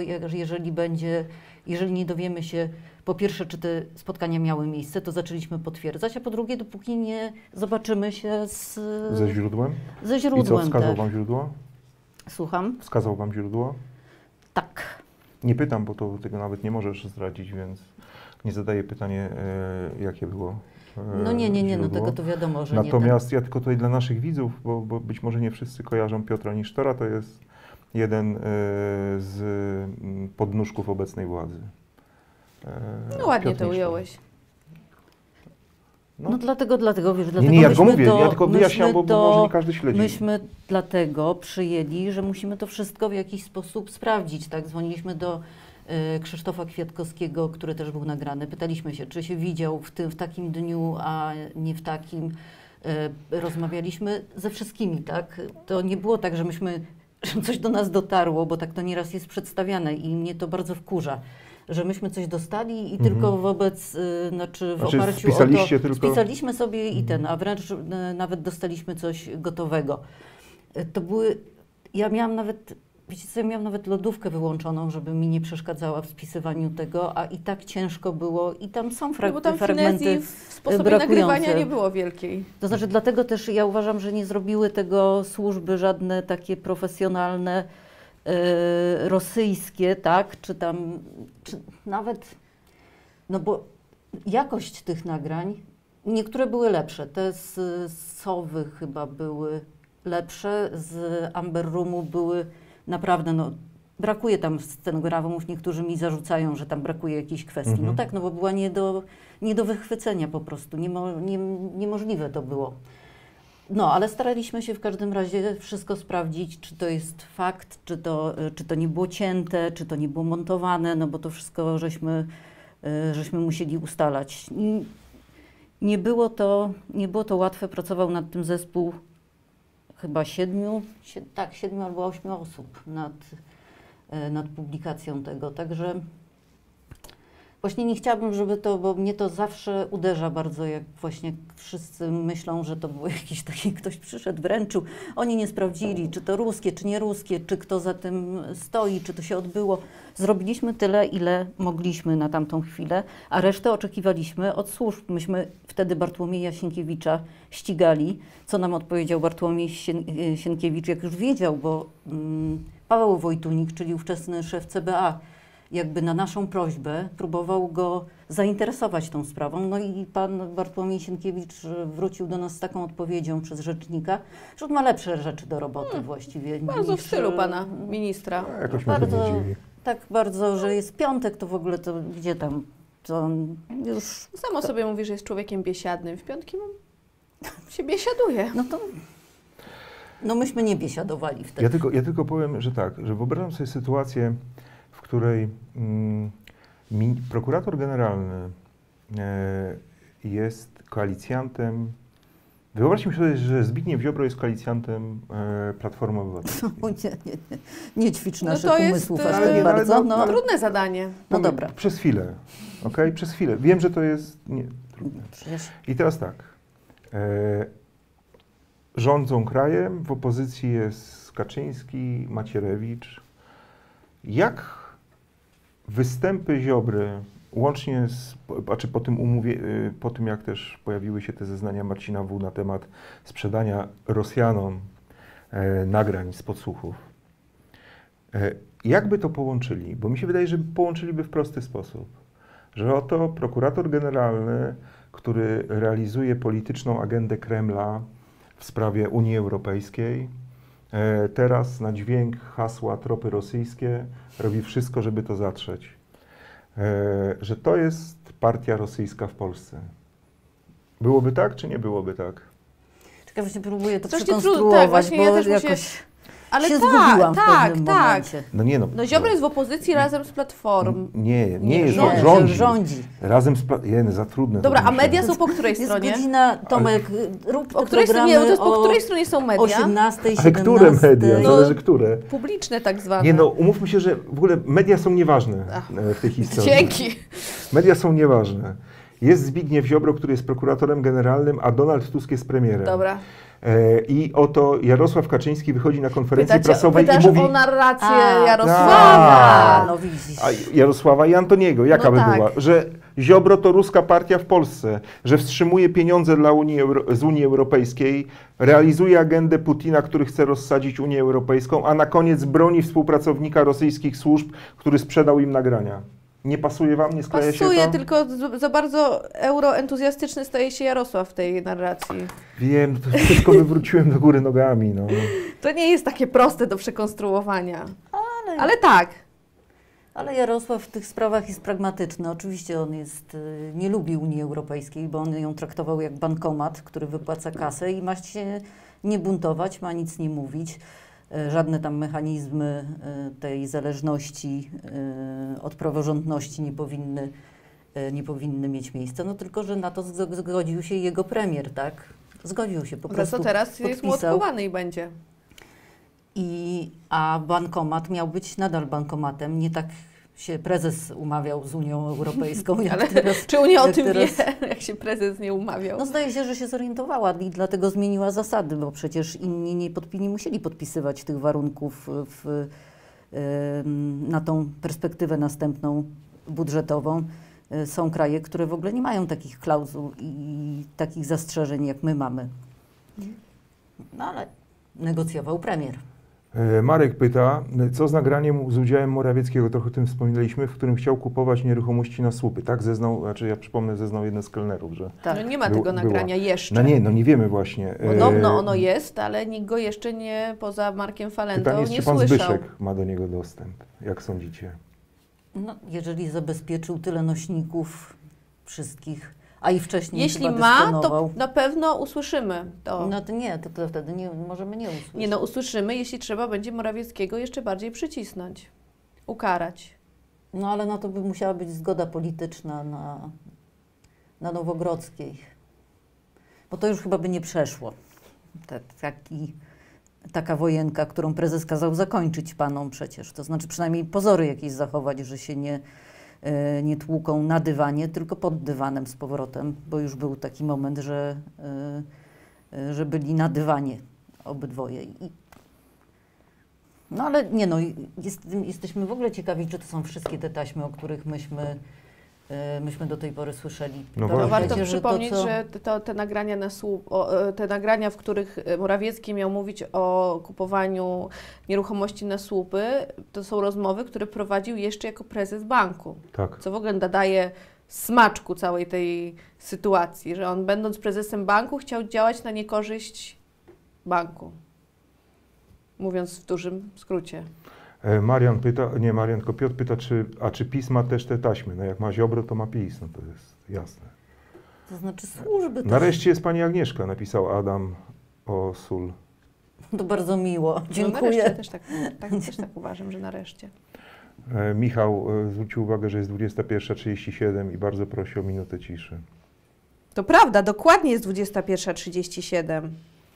jeżeli nie dowiemy się, po pierwsze, czy te spotkania miały miejsce, to zaczęliśmy potwierdzać, a po drugie, dopóki nie zobaczymy się Ze źródłem? ze I co, źródłem wskazał też. wam źródło? Słucham? Wskazał wam źródło? Tak. Nie pytam, bo to tego nawet nie możesz zdradzić, więc nie zadaję pytanie, jakie było No nie, no źródło. tego to wiadomo, że Natomiast ja tylko tutaj dla naszych widzów, bo być może nie wszyscy kojarzą Piotra Nisztora, to jest jeden z podnóżków obecnej władzy. No ładnie Piotr to Nisztor. ująłeś. No dlatego, wiesz, dlatego Nie, ja go myśmy mówię, ja tylko wyjaśniam, myśmy bo może nie każdy śledzi. Myśmy dlatego przyjęli, że musimy to wszystko w jakiś sposób sprawdzić, tak? Dzwoniliśmy do Krzysztofa Kwiatkowskiego, który też był nagrany. Pytaliśmy się, czy się widział w takim dniu, a nie w takim. Rozmawialiśmy ze wszystkimi, tak? To nie było tak, że że coś do nas dotarło, bo tak to nieraz jest przedstawiane i mnie to bardzo wkurza, że myśmy coś dostali i tylko znaczy w oparciu spisaliście o to, tylko? spisaliśmy sobie a wręcz nawet dostaliśmy coś gotowego. Ja miałam nawet wiecie co, ja miałam nawet lodówkę wyłączoną, żeby mi nie przeszkadzała w spisywaniu tego, a i tak ciężko było i tam są No bo tam fragmenty finezji w sposobie brakujące. nagrywania nie było wielkiej. To znaczy dlatego też ja uważam, że nie zrobiły tego służby żadne takie profesjonalne, rosyjskie, tak, czy nawet, no bo jakość tych nagrań, niektóre były lepsze, te z Sowy chyba były lepsze, z Amber Roomu były naprawdę, no brakuje tam scenogramów, niektórzy mi zarzucają, że tam brakuje jakichś kwestii. No tak, no bo była nie do wychwycenia po prostu, niemożliwe to było. No, ale staraliśmy się w każdym razie wszystko sprawdzić, czy to jest fakt, czy to nie było cięte, czy to nie było montowane, no bo to wszystko żeśmy musieli ustalać. Nie było to łatwe, pracował nad tym zespół chyba 7 albo 8 osób nad publikacją tego, także właśnie nie chciałabym, żeby to, bo mnie to zawsze uderza bardzo, jak właśnie wszyscy myślą, że to był jakiś taki, ktoś przyszedł, wręczył, oni nie sprawdzili, czy to ruskie, czy nie ruskie, czy kto za tym stoi, czy to się odbyło. Zrobiliśmy tyle, ile mogliśmy na tamtą chwilę, a resztę oczekiwaliśmy od służb. Myśmy wtedy Bartłomieja Sienkiewicza ścigali, co nam odpowiedział Bartłomiej Sienkiewicz, jak już wiedział, bo Paweł Wojtunik, czyli ówczesny szef CBA, jakby na naszą prośbę próbował go zainteresować tą sprawą. No i pan Bartłomiej Sienkiewicz wrócił do nas z taką odpowiedzią przez rzecznika, że on ma lepsze rzeczy do roboty właściwie. Bardzo w stylu pana ministra. Jakoś mnie to Bardzo, nie dziwi. tak bardzo, że jest piątek, to w ogóle to gdzie tam, to on już... Samo sobie mówi, że jest człowiekiem biesiadnym. W piątki się biesiaduje. No to... No myśmy nie biesiadowali wtedy. Ja tylko powiem, że tak, że wyobrażam sobie sytuację, w której prokurator generalny jest koalicjantem. Wyobraźmy sobie, że Zbigniew Ziobro jest koalicjantem Platformy Obywatelskiej. No, nie ćwicz No naszych to jest, umysłów aż ale tak nie, bardzo. ale No, Trudne zadanie. no Powiem, dobra. Przez chwilę, okej? Przez chwilę. Wiem, że to jest trudne. Przecież I teraz tak. Rządzą krajem, w opozycji jest Kaczyński, Macierewicz. Jak występy Ziobry, łącznie po tym jak też pojawiły się te zeznania Marcina W. na temat sprzedania Rosjanom nagrań z podsłuchów, jakby to połączyli? Bo mi się wydaje, że połączyliby w prosty sposób. Że oto prokurator generalny, który realizuje polityczną agendę Kremla w sprawie Unii Europejskiej, teraz na dźwięk hasła tropy rosyjskie robi wszystko, żeby to zatrzeć. Że to jest partia rosyjska w Polsce. Byłoby tak, czy nie byłoby tak? Czekaj, właśnie próbuję to Strasznie przekonstruować, tak, właśnie bo ja też jakoś Ale się tak, zgubiłam w tak, pewnym tak. momencie. No nie no. No Ziobro jest w opozycji razem z Platformą. Nie jest, nie, rządzi. rządzi. Razem za trudne. Dobra, to a wymyślenie. media są po której Jest stronie? godzina, Tomek, rób te Po której programy stronie, to jest po o której stronie są media? 18, Ale 17. które media? No, Zależy które. Publiczne tak zwane. Nie no, umówmy się, że w ogóle media są nieważne w tej historii. Dzięki. Media są nieważne. Jest Zbigniew Ziobro, który jest prokuratorem generalnym, a Donald Tusk jest premierem. Dobra. I oto Jarosław Kaczyński wychodzi na konferencji prasowej pytasz i mówi... o narrację A, Jarosława. tak. No widzisz. A Jarosława i Antoniego, jaka No by tak. była? Że Ziobro to ruska partia w Polsce, że wstrzymuje pieniądze dla z Unii Europejskiej, realizuje agendę Putina, który chce rozsadzić Unię Europejską, a na koniec broni współpracownika rosyjskich służb, który sprzedał im nagrania. Nie pasuje wam? Nie skleja się Pasuje, to? tylko za bardzo euroentuzjastyczny staje się Jarosław w tej narracji. Wiem, to wszystko wywróciłem do góry nogami. No. To nie jest takie proste do przekonstruowania. Ale tak. Ale Jarosław w tych sprawach jest pragmatyczny. Oczywiście on nie lubi Unii Europejskiej, bo on ją traktował jak bankomat, który wypłaca kasę i ma się nie buntować, ma nic nie mówić. Żadne tam mechanizmy tej zależności od praworządności nie powinny mieć miejsca. No tylko, że na to zgodził się jego premier, tak? Zgodził się po prostu. To teraz jest podpisał. młotkowany i będzie. A bankomat miał być nadal bankomatem. Nie tak się prezes umawiał z Unią Europejską. Jak Ale teraz, czy Unia o jak tym teraz, wie, jak się prezes nie umawiał? No zdaje się, że się zorientowała i dlatego zmieniła zasady, bo przecież inni nie musieli podpisywać tych warunków na tą perspektywę następną budżetową. Są kraje, które w ogóle nie mają takich klauzul i takich zastrzeżeń, jak my mamy. No ale negocjował premier. Marek pyta, co z nagraniem z udziałem Morawieckiego, trochę o tym wspominaliśmy, w którym chciał kupować nieruchomości na słupy. Tak zeznał, znaczy ja przypomnę, zeznał jeden z kelnerów, że... Tak. No nie ma tego nagrania jeszcze. No nie wiemy właśnie. Podobno ono jest, ale nikt go jeszcze nie, poza Markiem Falentą, Pytanie jest, nie czy pan słyszał. Zbyszek ma do niego dostęp? Jak sądzicie? No, jeżeli zabezpieczył tyle nośników wszystkich, a i wcześniej Jeśli chyba ma, dysponował. to na pewno usłyszymy to. No to nie, to wtedy nie, możemy nie usłyszeć. Nie no, usłyszymy, jeśli trzeba będzie Morawieckiego jeszcze bardziej przycisnąć, ukarać. No ale na to by musiała być zgoda polityczna na Nowogrodzkiej. Bo to już chyba by nie przeszło. Taka wojenka, którą prezes kazał zakończyć panom przecież. To znaczy przynajmniej pozory jakieś zachować, że się nie tłuką na dywanie, tylko pod dywanem z powrotem, bo już był taki moment, że byli na dywanie obydwoje. No ale nie no, jesteśmy w ogóle ciekawi, czy to są wszystkie te taśmy, o których myśmy do tej pory słyszeli. No To właśnie. warto Że przypomnieć, to, co- że te nagrania te nagrania, w których Morawiecki miał mówić o kupowaniu nieruchomości na słupy, to są rozmowy, które prowadził jeszcze jako prezes banku. Tak. Co w ogóle nadaje smaczku całej tej sytuacji, że on będąc prezesem banku chciał działać na niekorzyść banku. Mówiąc w dużym skrócie. Marian pyta, nie Marian, tylko Piotr pyta, czy PiS ma też te taśmy? No jak ma Ziobro, to ma PiS, no to jest jasne. To znaczy służby też. Nareszcie jest pani Agnieszka, napisał Adam o sól. To bardzo miło, No dziękuję. nareszcie też tak uważam, że nareszcie. Michał zwrócił uwagę, że jest 21:37 i bardzo prosi o minutę ciszy. To prawda, dokładnie jest 21:37.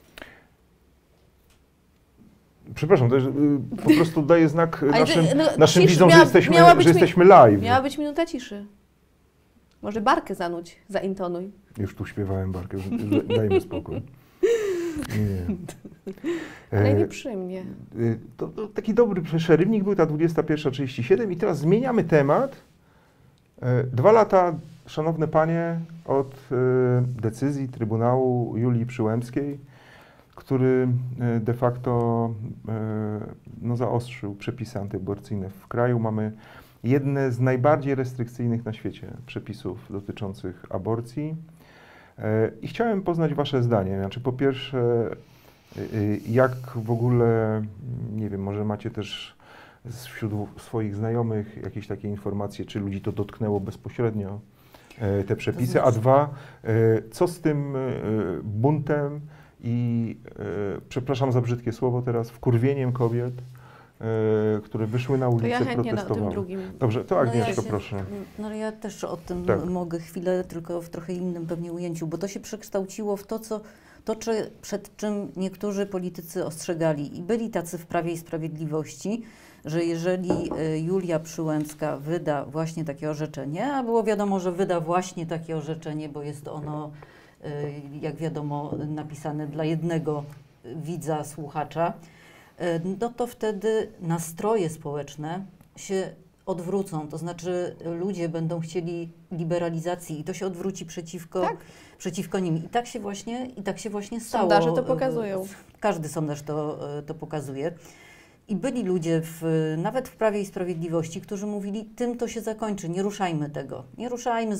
Przepraszam, to jest, po prostu daję znak Ale naszym ciszy widzom, miała być że jesteśmy live. Miała być minuta ciszy. Może barkę zanuć, zaintonuj. Już tu śpiewałem barkę, dajmy spokój. Nie. Ale nie przy mnie. To taki dobry przerywnik był ta 21:37 i teraz zmieniamy temat. 2 lata, szanowne panie, od decyzji Trybunału Julii Przyłębskiej, który de facto zaostrzył przepisy antyaborcyjne w kraju. Mamy jedne z najbardziej restrykcyjnych na świecie przepisów dotyczących aborcji. I chciałem poznać wasze zdanie. Znaczy, po pierwsze, jak w ogóle, nie wiem, może macie też wśród swoich znajomych jakieś takie informacje, czy ludzi to dotknęło bezpośrednio, te przepisy, a dwa, co z tym buntem i, przepraszam za brzydkie słowo teraz, wkurwieniem kobiet, które wyszły na To ulicę, ja chętnie na protestowały. tym drugim. Dobrze, to Agnieszko, się- proszę. No ja też o tym Tak. mogę chwilę, tylko w trochę innym pewnie ujęciu, bo to się przekształciło w przed czym niektórzy politycy ostrzegali i byli tacy w Prawie i Sprawiedliwości, że jeżeli Julia Przyłębska wyda właśnie takie orzeczenie, a było wiadomo, że wyda właśnie takie orzeczenie, bo jest ono, jak wiadomo, napisane dla jednego widza, słuchacza, no to wtedy nastroje społeczne się odwrócą, to znaczy ludzie będą chcieli liberalizacji i to się odwróci przeciwko nim. I tak się właśnie stało. Sondaże to pokazują. Każdy sondaż to pokazuje. I byli ludzie nawet w Prawie i Sprawiedliwości, którzy mówili, tym to się zakończy, nie ruszajmy tego. Nie ruszajmy,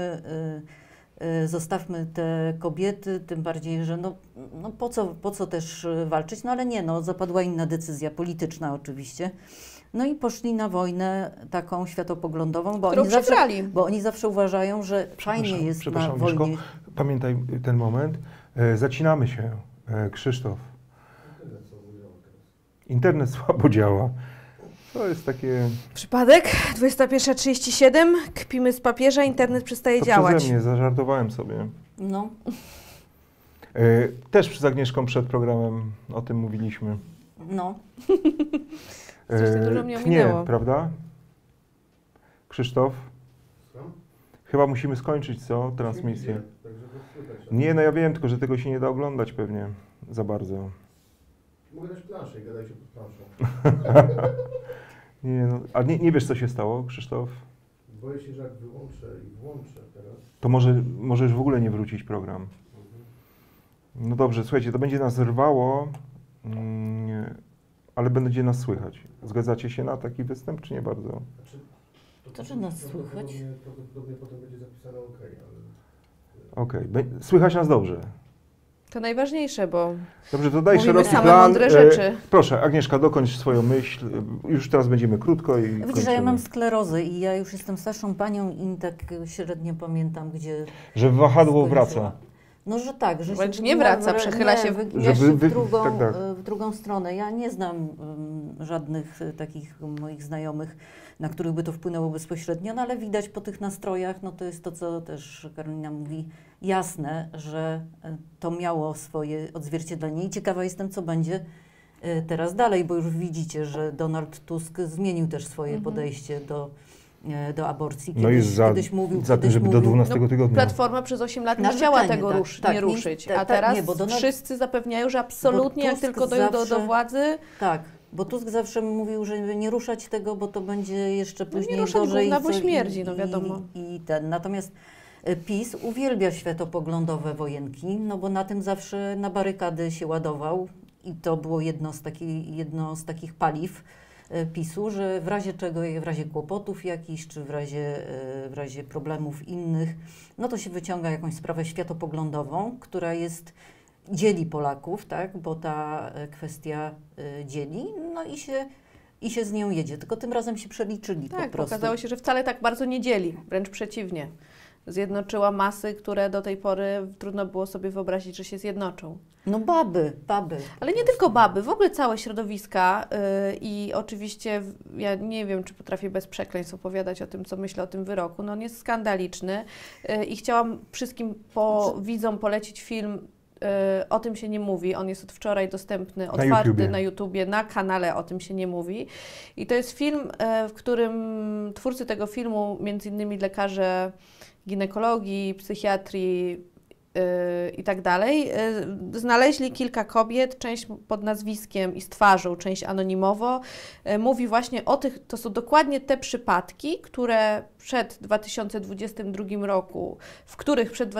zostawmy te kobiety, tym bardziej, że no po co też walczyć, no ale nie, no zapadła inna decyzja polityczna oczywiście. No i poszli na wojnę taką światopoglądową, bo oni zawsze uważają, że fajnie jest na wojnie. Mieszko, pamiętaj ten moment. Zacinamy się. Krzysztof. Internet słabo działa. To jest takie... Przypadek, 21:37, kpimy z papieża, internet przestaje To działać. przeze mnie, zażartowałem sobie. No. Też z Agnieszką przed programem o tym mówiliśmy. No. Zresztą dużo mnie Tnie, ominęło. prawda? Krzysztof? Chyba musimy skończyć, co? Transmisję. Nie, no ja wiem, tylko że tego się nie da oglądać pewnie za bardzo. Mogę dać planszę i gadajcie pod planszą. A nie wiesz, co się stało, Krzysztof? Boję się, że jak wyłączę i włączę teraz... To możesz w ogóle nie wrócić program. No dobrze, słuchajcie, to będzie nas rwało, ale będzie nas słychać. Zgadzacie się na taki występ, czy nie bardzo? Znaczy, To, że nas słychać? Prawdopodobnie potem będzie zapisane OK, ale... Okej, słychać nas dobrze. To najważniejsze, bo Dobrze, to daj mówimy szeroki same plan. mądre rzeczy. Proszę, Agnieszka, dokończ swoją myśl. Już teraz będziemy krótko i Widzisz, że ja kończymy. mam sklerozę i ja już jestem starszą panią i tak średnio pamiętam, gdzie Że wahadło skończyła. wraca. No, że tak, że Wręcz się nie wraca, przechyla się w drugą, tak. w drugą stronę. Ja nie znam żadnych takich moich znajomych, na których by to wpłynęło bezpośrednio, no ale widać po tych nastrojach, no to jest to, co też Karolina mówi, jasne, że to miało swoje odzwierciedlenie i ciekawa jestem, co będzie teraz dalej, bo już widzicie, że Donald Tusk zmienił też swoje podejście do aborcji. No jest kiedyś mówił, za tym, żeby do 12 tygodnia. Platforma przez 8 lat nie Na chciała życzenie, tego tak, nie tak, ruszyć, nie, a teraz nie, bo Donald- wszyscy zapewniają, że absolutnie bo jak Tusk tylko dojdą do zawsze- władzy, Tak, bo Tusk zawsze mówił, żeby nie ruszać tego, bo to będzie jeszcze później ruszać gorzej. gówna, bo co- śmierdzi, no wiadomo. Natomiast PiS uwielbia światopoglądowe wojenki, no bo na tym zawsze na barykady się ładował i to było jedno z takich paliw PiS-u, że w razie czego, w razie kłopotów jakichś, czy w razie problemów innych, no to się wyciąga jakąś sprawę światopoglądową, która dzieli Polaków, tak, bo ta kwestia dzieli, no i się z nią jedzie. Tylko tym razem się przeliczyli tak, po prostu. okazało się, że wcale tak bardzo nie dzieli, wręcz przeciwnie. Zjednoczyła masy, które do tej pory trudno było sobie wyobrazić, że się zjednoczą. No baby. Ale nie tylko baby, w ogóle całe środowiska i oczywiście ja nie wiem, czy potrafię bez przekleństw opowiadać o tym, co myślę o tym wyroku. No on jest skandaliczny i chciałam wszystkim widzom polecić film O tym się nie mówi. On jest od wczoraj dostępny, otwarty YouTubie. na YouTubie, na kanale O tym się nie mówi. I to jest film, w którym twórcy tego filmu, między innymi lekarze ginekologii, psychiatrii i tak dalej, znaleźli kilka kobiet, część pod nazwiskiem i z twarzą, część anonimowo. Mówi właśnie o tych, to są dokładnie te przypadki, które przed 2022 roku, w których przed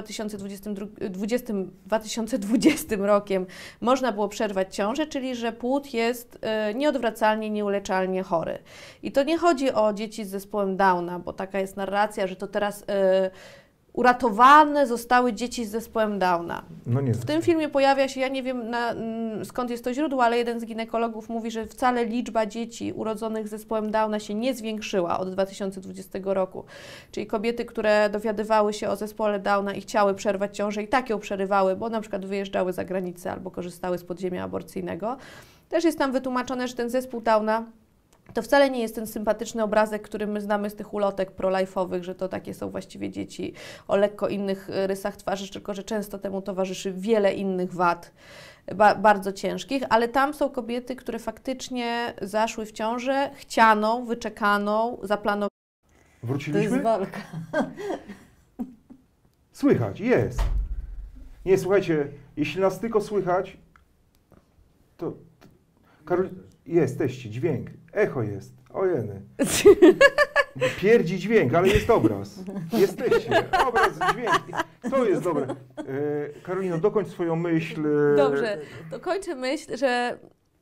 2020 rokiem można było przerwać ciążę, czyli że płód jest nieodwracalnie, nieuleczalnie chory. I to nie chodzi o dzieci z zespołem Downa, bo taka jest narracja, że to teraz uratowane zostały dzieci z zespołem Downa. No nie. W tym filmie pojawia się, ja nie wiem skąd jest to źródło, ale jeden z ginekologów mówi, że wcale liczba dzieci urodzonych z zespołem Downa się nie zwiększyła od 2020 roku. Czyli kobiety, które dowiadywały się o zespole Downa i chciały przerwać ciążę i tak ją przerywały, bo na przykład wyjeżdżały za granicę albo korzystały z podziemia aborcyjnego. Też jest tam wytłumaczone, że ten zespół Downa to wcale nie jest ten sympatyczny obrazek, który my znamy z tych ulotek pro-life'owych, że to takie są właściwie dzieci o lekko innych rysach twarzy, tylko że często temu towarzyszy wiele innych wad, bardzo ciężkich, ale tam są kobiety, które faktycznie zaszły w ciążę chcianą, wyczekaną, zaplanowaną. To Wróciliśmy? jest walka. Słychać, jest. Nie, słuchajcie, jeśli nas tylko słychać, to Karol, jesteście, dźwięk, echo jest, ojeny. Pierdzi dźwięk, ale jest obraz. Jesteście, obraz, dźwięk, to jest dobre. Karolino, dokończ swoją myśl. Dobrze, to kończę myśl, że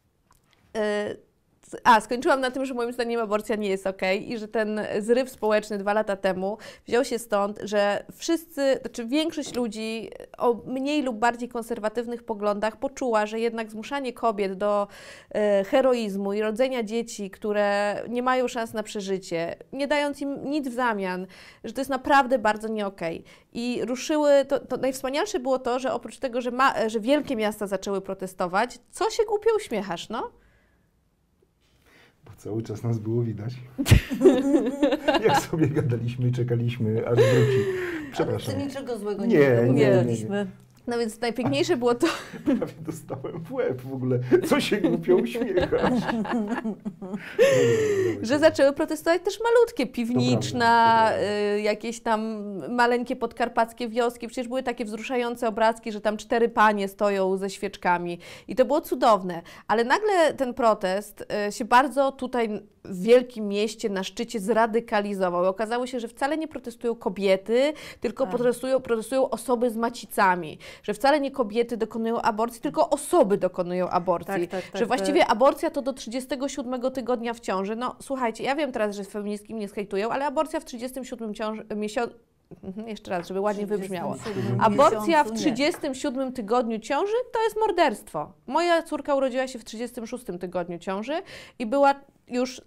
skończyłam na tym, że moim zdaniem aborcja nie jest okej i że ten zryw społeczny 2 lata temu wziął się stąd, że większość ludzi o mniej lub bardziej konserwatywnych poglądach poczuła, że jednak zmuszanie kobiet do heroizmu i rodzenia dzieci, które nie mają szans na przeżycie, nie dając im nic w zamian, że to jest naprawdę bardzo nie okej. I ruszyły, to najwspanialsze było to, że oprócz tego, że wielkie miasta zaczęły protestować, co się głupio uśmiechasz, no? Bo cały czas nas było widać. Jak sobie gadaliśmy, czekaliśmy, aż wróci. Przepraszam. Ale niczego złego Nie. gadaliśmy. No więc najpiękniejsze było to, Prawie dostałem w łeb w ogóle. Co się głupio uśmiechać? że zaczęły protestować też malutkie, Piwniczna, jakieś tam maleńkie podkarpackie wioski. Przecież były takie wzruszające obrazki, że tam 4 panie stoją ze świeczkami. I to było cudowne. Ale nagle ten protest się bardzo tutaj w wielkim mieście na szczycie zradykalizował. I okazało się, że wcale nie protestują kobiety, tylko protestują osoby z macicami. Że wcale nie kobiety dokonują aborcji, tylko osoby dokonują aborcji. Że właściwie aborcja to do 37 tygodnia w ciąży. No słuchajcie, ja wiem teraz, że feministki mnie skejtują, ale aborcja w 37 miesiącu, jeszcze raz, żeby ładnie wybrzmiało. Aborcja w 37 tygodniu ciąży to jest morderstwo. Moja córka urodziła się w 36 tygodniu ciąży i była już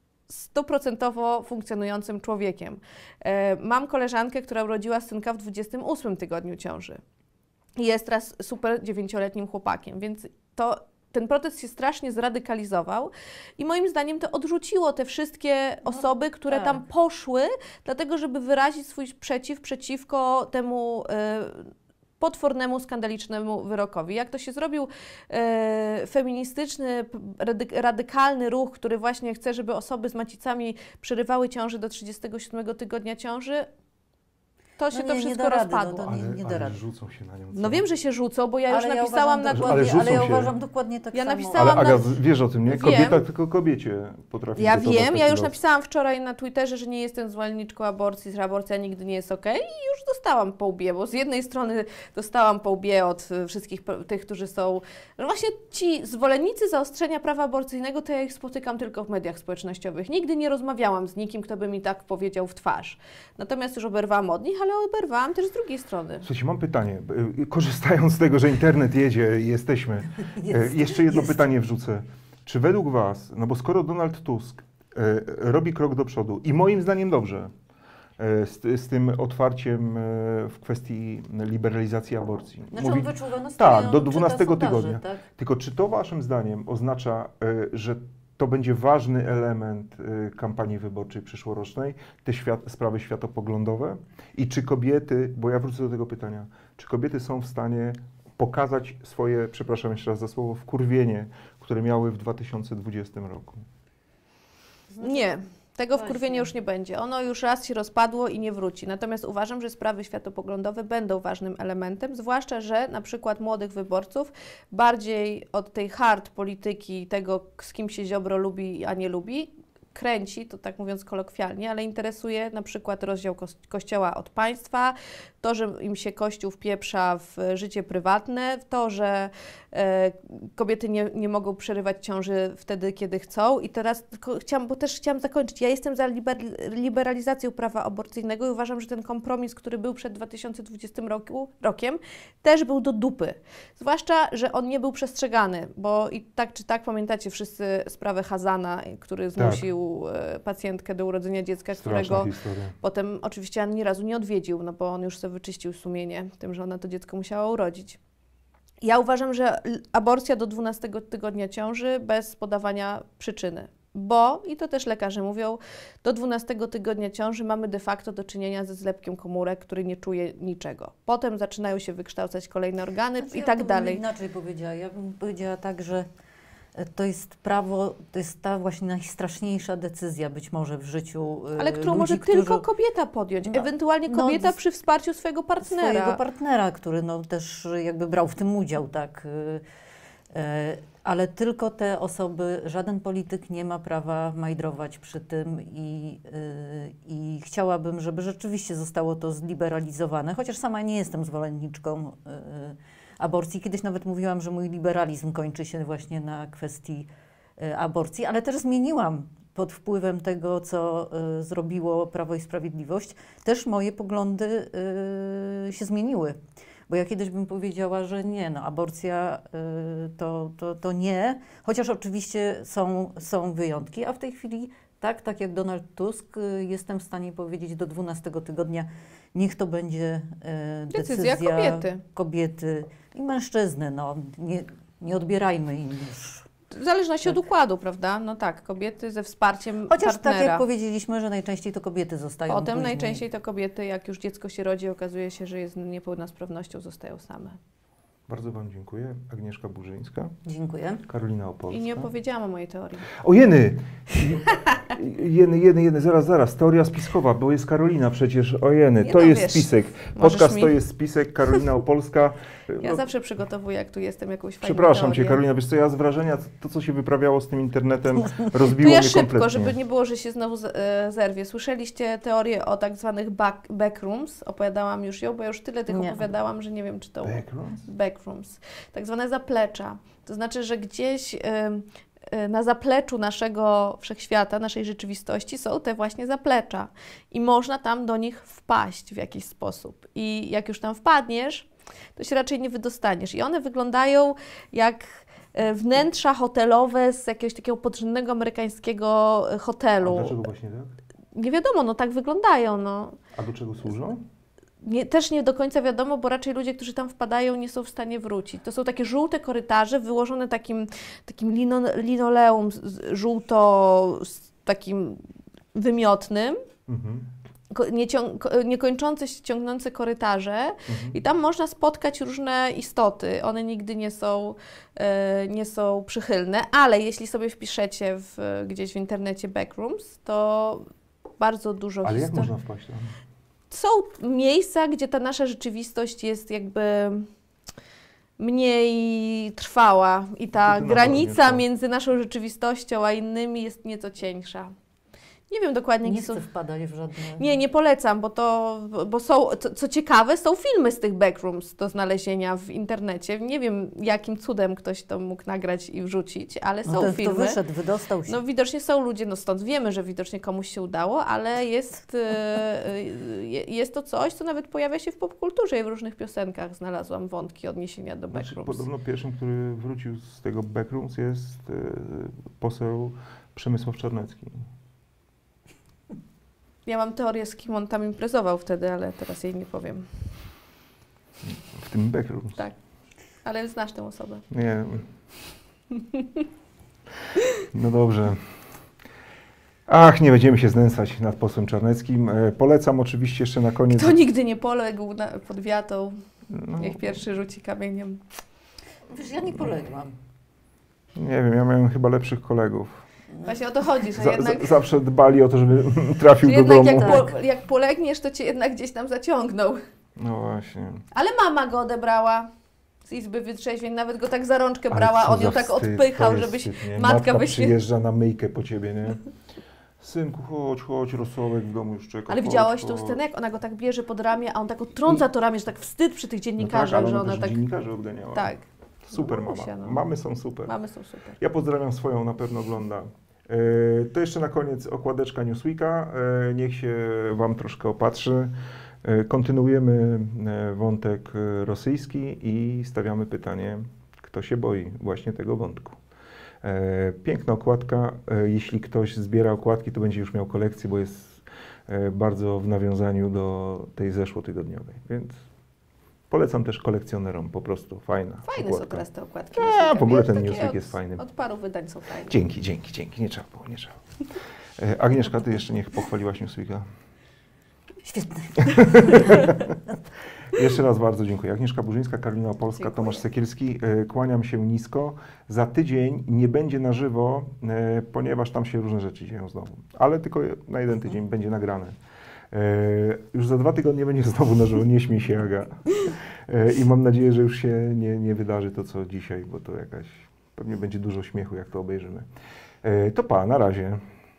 100% funkcjonującym człowiekiem. Mam koleżankę, która urodziła synka w 28 tygodniu ciąży. I jest teraz super 9-letnim chłopakiem, więc ten protest się strasznie zradykalizował i moim zdaniem to odrzuciło te wszystkie osoby, które tam poszły, dlatego żeby wyrazić swój sprzeciw przeciwko temu potwornemu, skandalicznemu wyrokowi. Jak to się zrobił feministyczny, radykalny ruch, który właśnie chce, żeby osoby z macicami przerywały ciąży do 37 tygodnia ciąży, to się to wszystko rozpadło. Ale rzucą się na nią. No wiem, że się rzucą, bo ja już napisałam na... Ale ja uważam dokładnie tak samo. Napisałam ale Aga, wiesz o tym, nie? Kobieta tylko kobiecie potrafi. Ja wiem, ja już napisałam wczoraj na Twitterze, że nie jestem zwolenniczką aborcji, że aborcja nigdy nie jest okej, i już dostałam po łbie, bo z jednej strony dostałam po łbie od wszystkich tych, którzy są... No właśnie ci zwolennicy zaostrzenia prawa aborcyjnego, to ja ich spotykam tylko w mediach społecznościowych. Nigdy nie rozmawiałam z nikim, kto by mi tak powiedział w twarz. Natomiast już oberwałam od nich, ale oberwałam też z drugiej strony. Słuchajcie, mam pytanie. Korzystając z tego, że internet jedzie i jesteśmy, jeszcze jedno pytanie wrzucę. Czy według Was, no bo skoro Donald Tusk robi krok do przodu i moim zdaniem dobrze, z tym otwarciem w kwestii liberalizacji aborcji. Znaczy on wyczuwa nastawienie tak, do 12 tygodnia. Tak? Tylko czy to Waszym zdaniem oznacza, że to będzie ważny element kampanii wyborczej przyszłorocznej, te sprawy światopoglądowe? I czy kobiety, bo ja wrócę do tego pytania, czy kobiety są w stanie pokazać swoje, przepraszam jeszcze raz za słowo, wkurwienie, które miały w 2020 roku? Nie. Tego wkurwienia już nie będzie. Ono już raz się rozpadło i nie wróci. Natomiast uważam, że sprawy światopoglądowe będą ważnym elementem, zwłaszcza, że na przykład młodych wyborców bardziej od tej hard polityki, tego z kim się Ziobro lubi, a nie lubi, kręci, to tak mówiąc kolokwialnie, ale interesuje na przykład rozdział Kościoła od państwa, to, że im się Kościół wpieprza w życie prywatne, to, że kobiety nie mogą przerywać ciąży wtedy, kiedy chcą. I teraz chciałam zakończyć. Ja jestem za liberalizacją prawa aborcyjnego i uważam, że ten kompromis, który był przed 2020 rokiem, też był do dupy. Zwłaszcza, że on nie był przestrzegany, bo i tak czy tak pamiętacie wszyscy sprawę Hazana, który zmusił pacjentkę do urodzenia dziecka, którego potem oczywiście ani razu nie odwiedził, no bo on już sobie wyczyścił sumienie tym, że ona to dziecko musiała urodzić. Ja uważam, że aborcja do 12 tygodnia ciąży bez podawania przyczyny, bo, i to też lekarze mówią, do 12 tygodnia ciąży mamy de facto do czynienia ze zlepkiem komórek, który nie czuje niczego. Potem zaczynają się wykształcać kolejne organy i tak dalej. Inaczej powiedziała. Ja bym powiedziała tak, że to jest prawo, to jest ta właśnie najstraszniejsza decyzja być może w życiu ale którą ludzi, może tylko kobieta podjąć, ewentualnie kobieta przy wsparciu swojego partnera. Który też jakby brał w tym udział, tak. Ale tylko te osoby, żaden polityk nie ma prawa majdrować przy tym i chciałabym, żeby rzeczywiście zostało to zliberalizowane, chociaż sama nie jestem zwolenniczką aborcji. Kiedyś nawet mówiłam, że mój liberalizm kończy się właśnie na kwestii aborcji, ale też zmieniłam pod wpływem tego, co zrobiło Prawo i Sprawiedliwość. Też moje poglądy się zmieniły. Bo ja kiedyś bym powiedziała, że nie, no aborcja to nie, chociaż oczywiście są wyjątki, a w tej chwili tak jak Donald Tusk, jestem w stanie powiedzieć do 12 tygodnia, niech to będzie decyzja kobiety i mężczyzny, no nie odbierajmy im już. W zależności od układu, prawda? No tak, kobiety ze wsparciem chociaż partnera. Tak jak powiedzieliśmy, że najczęściej to kobiety zostają Potem później. najczęściej to kobiety, jak już dziecko się rodzi, okazuje się, że jest niepełnosprawnością, zostają same. Bardzo Wam dziękuję. Agnieszka Burzyńska, Dziękuję. Karolina Opolska. I nie opowiedziałam o mojej teorii. O, Jeny! Jeny, zaraz. Teoria spiskowa, bo jest Karolina przecież. O, Jeny, Nie to no, jest wiesz, spisek. możesz Podcast mi- to jest spisek, Karolina Opolska. Ja No, zawsze przygotowuję, jak tu jestem, jakąś fajną przepraszam teorię. Cię, Karolina, wiesz co, ja z wrażenia, to co się wyprawiało z tym internetem, To rozbiło ja mnie szybko, kompletnie. żeby nie było, że się znowu zerwie. Słyszeliście teorię o tak zwanych backrooms? Opowiadałam już ją, bo ja już tyle tych Nie. opowiadałam, że nie wiem, czy to... Backrooms? Backrooms. Tak zwane zaplecza. To znaczy, że gdzieś na zapleczu naszego wszechświata, naszej rzeczywistości są te właśnie zaplecza. I można tam do nich wpaść w jakiś sposób. I jak już tam wpadniesz, to się raczej nie wydostaniesz. I one wyglądają jak wnętrza hotelowe z jakiegoś takiego podrzędnego amerykańskiego A hotelu. dlaczego właśnie tak? Nie wiadomo, no tak wyglądają, no. A do czego służą? Też nie do końca wiadomo, bo raczej ludzie, którzy tam wpadają, nie są w stanie wrócić. To są takie żółte korytarze wyłożone takim linoleum z takim wymiotnym, Mhm. niekończące się ciągnące korytarze i tam można spotkać różne istoty. One nigdy nie są przychylne, ale jeśli sobie wpiszecie gdzieś w internecie backrooms, to bardzo dużo Ale jak historii. można wpaść tam? Są miejsca, gdzie ta nasza rzeczywistość jest jakby mniej trwała i ta To ty granica napełniasz to. między naszą rzeczywistością a innymi jest nieco cieńsza. Nie wiem dokładnie, Nie gdzie są... chcę wpadać w żadne... Nie polecam, bo są, co ciekawe, są filmy z tych backrooms do znalezienia w internecie. Nie wiem, jakim cudem ktoś to mógł nagrać i wrzucić, ale są No ten, filmy. kto wyszedł, wydostał się. No widocznie są ludzie, no stąd wiemy, że widocznie komuś się udało, ale jest to coś, co nawet pojawia się w popkulturze i w różnych piosenkach znalazłam wątki odniesienia do Znaczy, backrooms. podobno pierwszym, który wrócił z tego backrooms jest poseł Przemysław Czarnecki. Ja mam teorię, z kim on tam imprezował wtedy, ale teraz jej nie powiem. W tym backrooms. Tak. Ale znasz tę osobę. Nie. No dobrze. Ach, nie będziemy się znęcać nad posłem Czarneckim. Polecam oczywiście jeszcze na koniec. Kto nigdy nie poległ pod wiatą, No, niech pierwszy rzuci kamieniem. Wiesz, ja nie poległam. nie wiem, ja miałem chyba lepszych kolegów. Właśnie o to chodzi, że jednak, Zawsze dbali o to, żeby trafił że do jednak domu. jak polegniesz, to cię jednak gdzieś tam zaciągnął. No właśnie. Ale mama go odebrała z izby wytrzeźwień, nawet go tak za rączkę Ale brała, co on ją za tak wstyd, odpychał, to jest żebyś wstyd, nie? matka by się... przyjeżdża na myjkę po ciebie, nie? Synku, chodź, rosołek w domu już czeka. Ale chodź, widziałaś tą chodź. scenę, jak ona go tak bierze pod ramię, a on tak odtrąca to ramię, że tak wstyd przy tych No tak, dziennikarzach, ale że ona ona też tak... dziennikarzy odganiała. Tak, Super No, mama. Musia, no. Mamy są super. mamy są super. Ja pozdrawiam swoją, na pewno ogląda. To jeszcze na koniec okładeczka Newsweeka. Niech się Wam troszkę opatrzy. Kontynuujemy wątek rosyjski i stawiamy pytanie, kto się boi właśnie tego wątku. Piękna okładka. Jeśli ktoś zbiera okładki, to będzie już miał kolekcję, bo jest bardzo w nawiązaniu do tej zeszłotygodniowej. Więc polecam też kolekcjonerom, po prostu fajna Fajne okładka. są teraz te okładki. A, Newsweeka, w ogóle wiesz, ten takie Newsweek jest fajny. Od paru wydań są fajne. Dzięki. Nie trzeba było. Agnieszka, ty jeszcze niech pochwaliłaś Newsweeka. Świetne. Jeszcze raz bardzo dziękuję. Agnieszka Burzyńska, Karolina Opolska, Dziękuję. Tomasz Sekielski. Kłaniam się nisko. Za tydzień nie będzie na żywo, ponieważ tam się różne rzeczy dzieją znowu. Ale tylko na jeden tydzień będzie nagrane. Już za 2 tygodnie będzie znowu na żywo. Nie śmiej się, Aga. I mam nadzieję, że już się nie wydarzy to, co dzisiaj, bo to pewnie będzie dużo śmiechu, jak to obejrzymy. To na razie.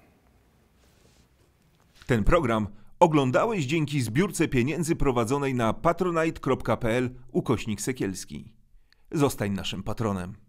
Ten program oglądałeś dzięki zbiórce pieniędzy prowadzonej na patronite.pl/Sekielski. Zostań naszym patronem.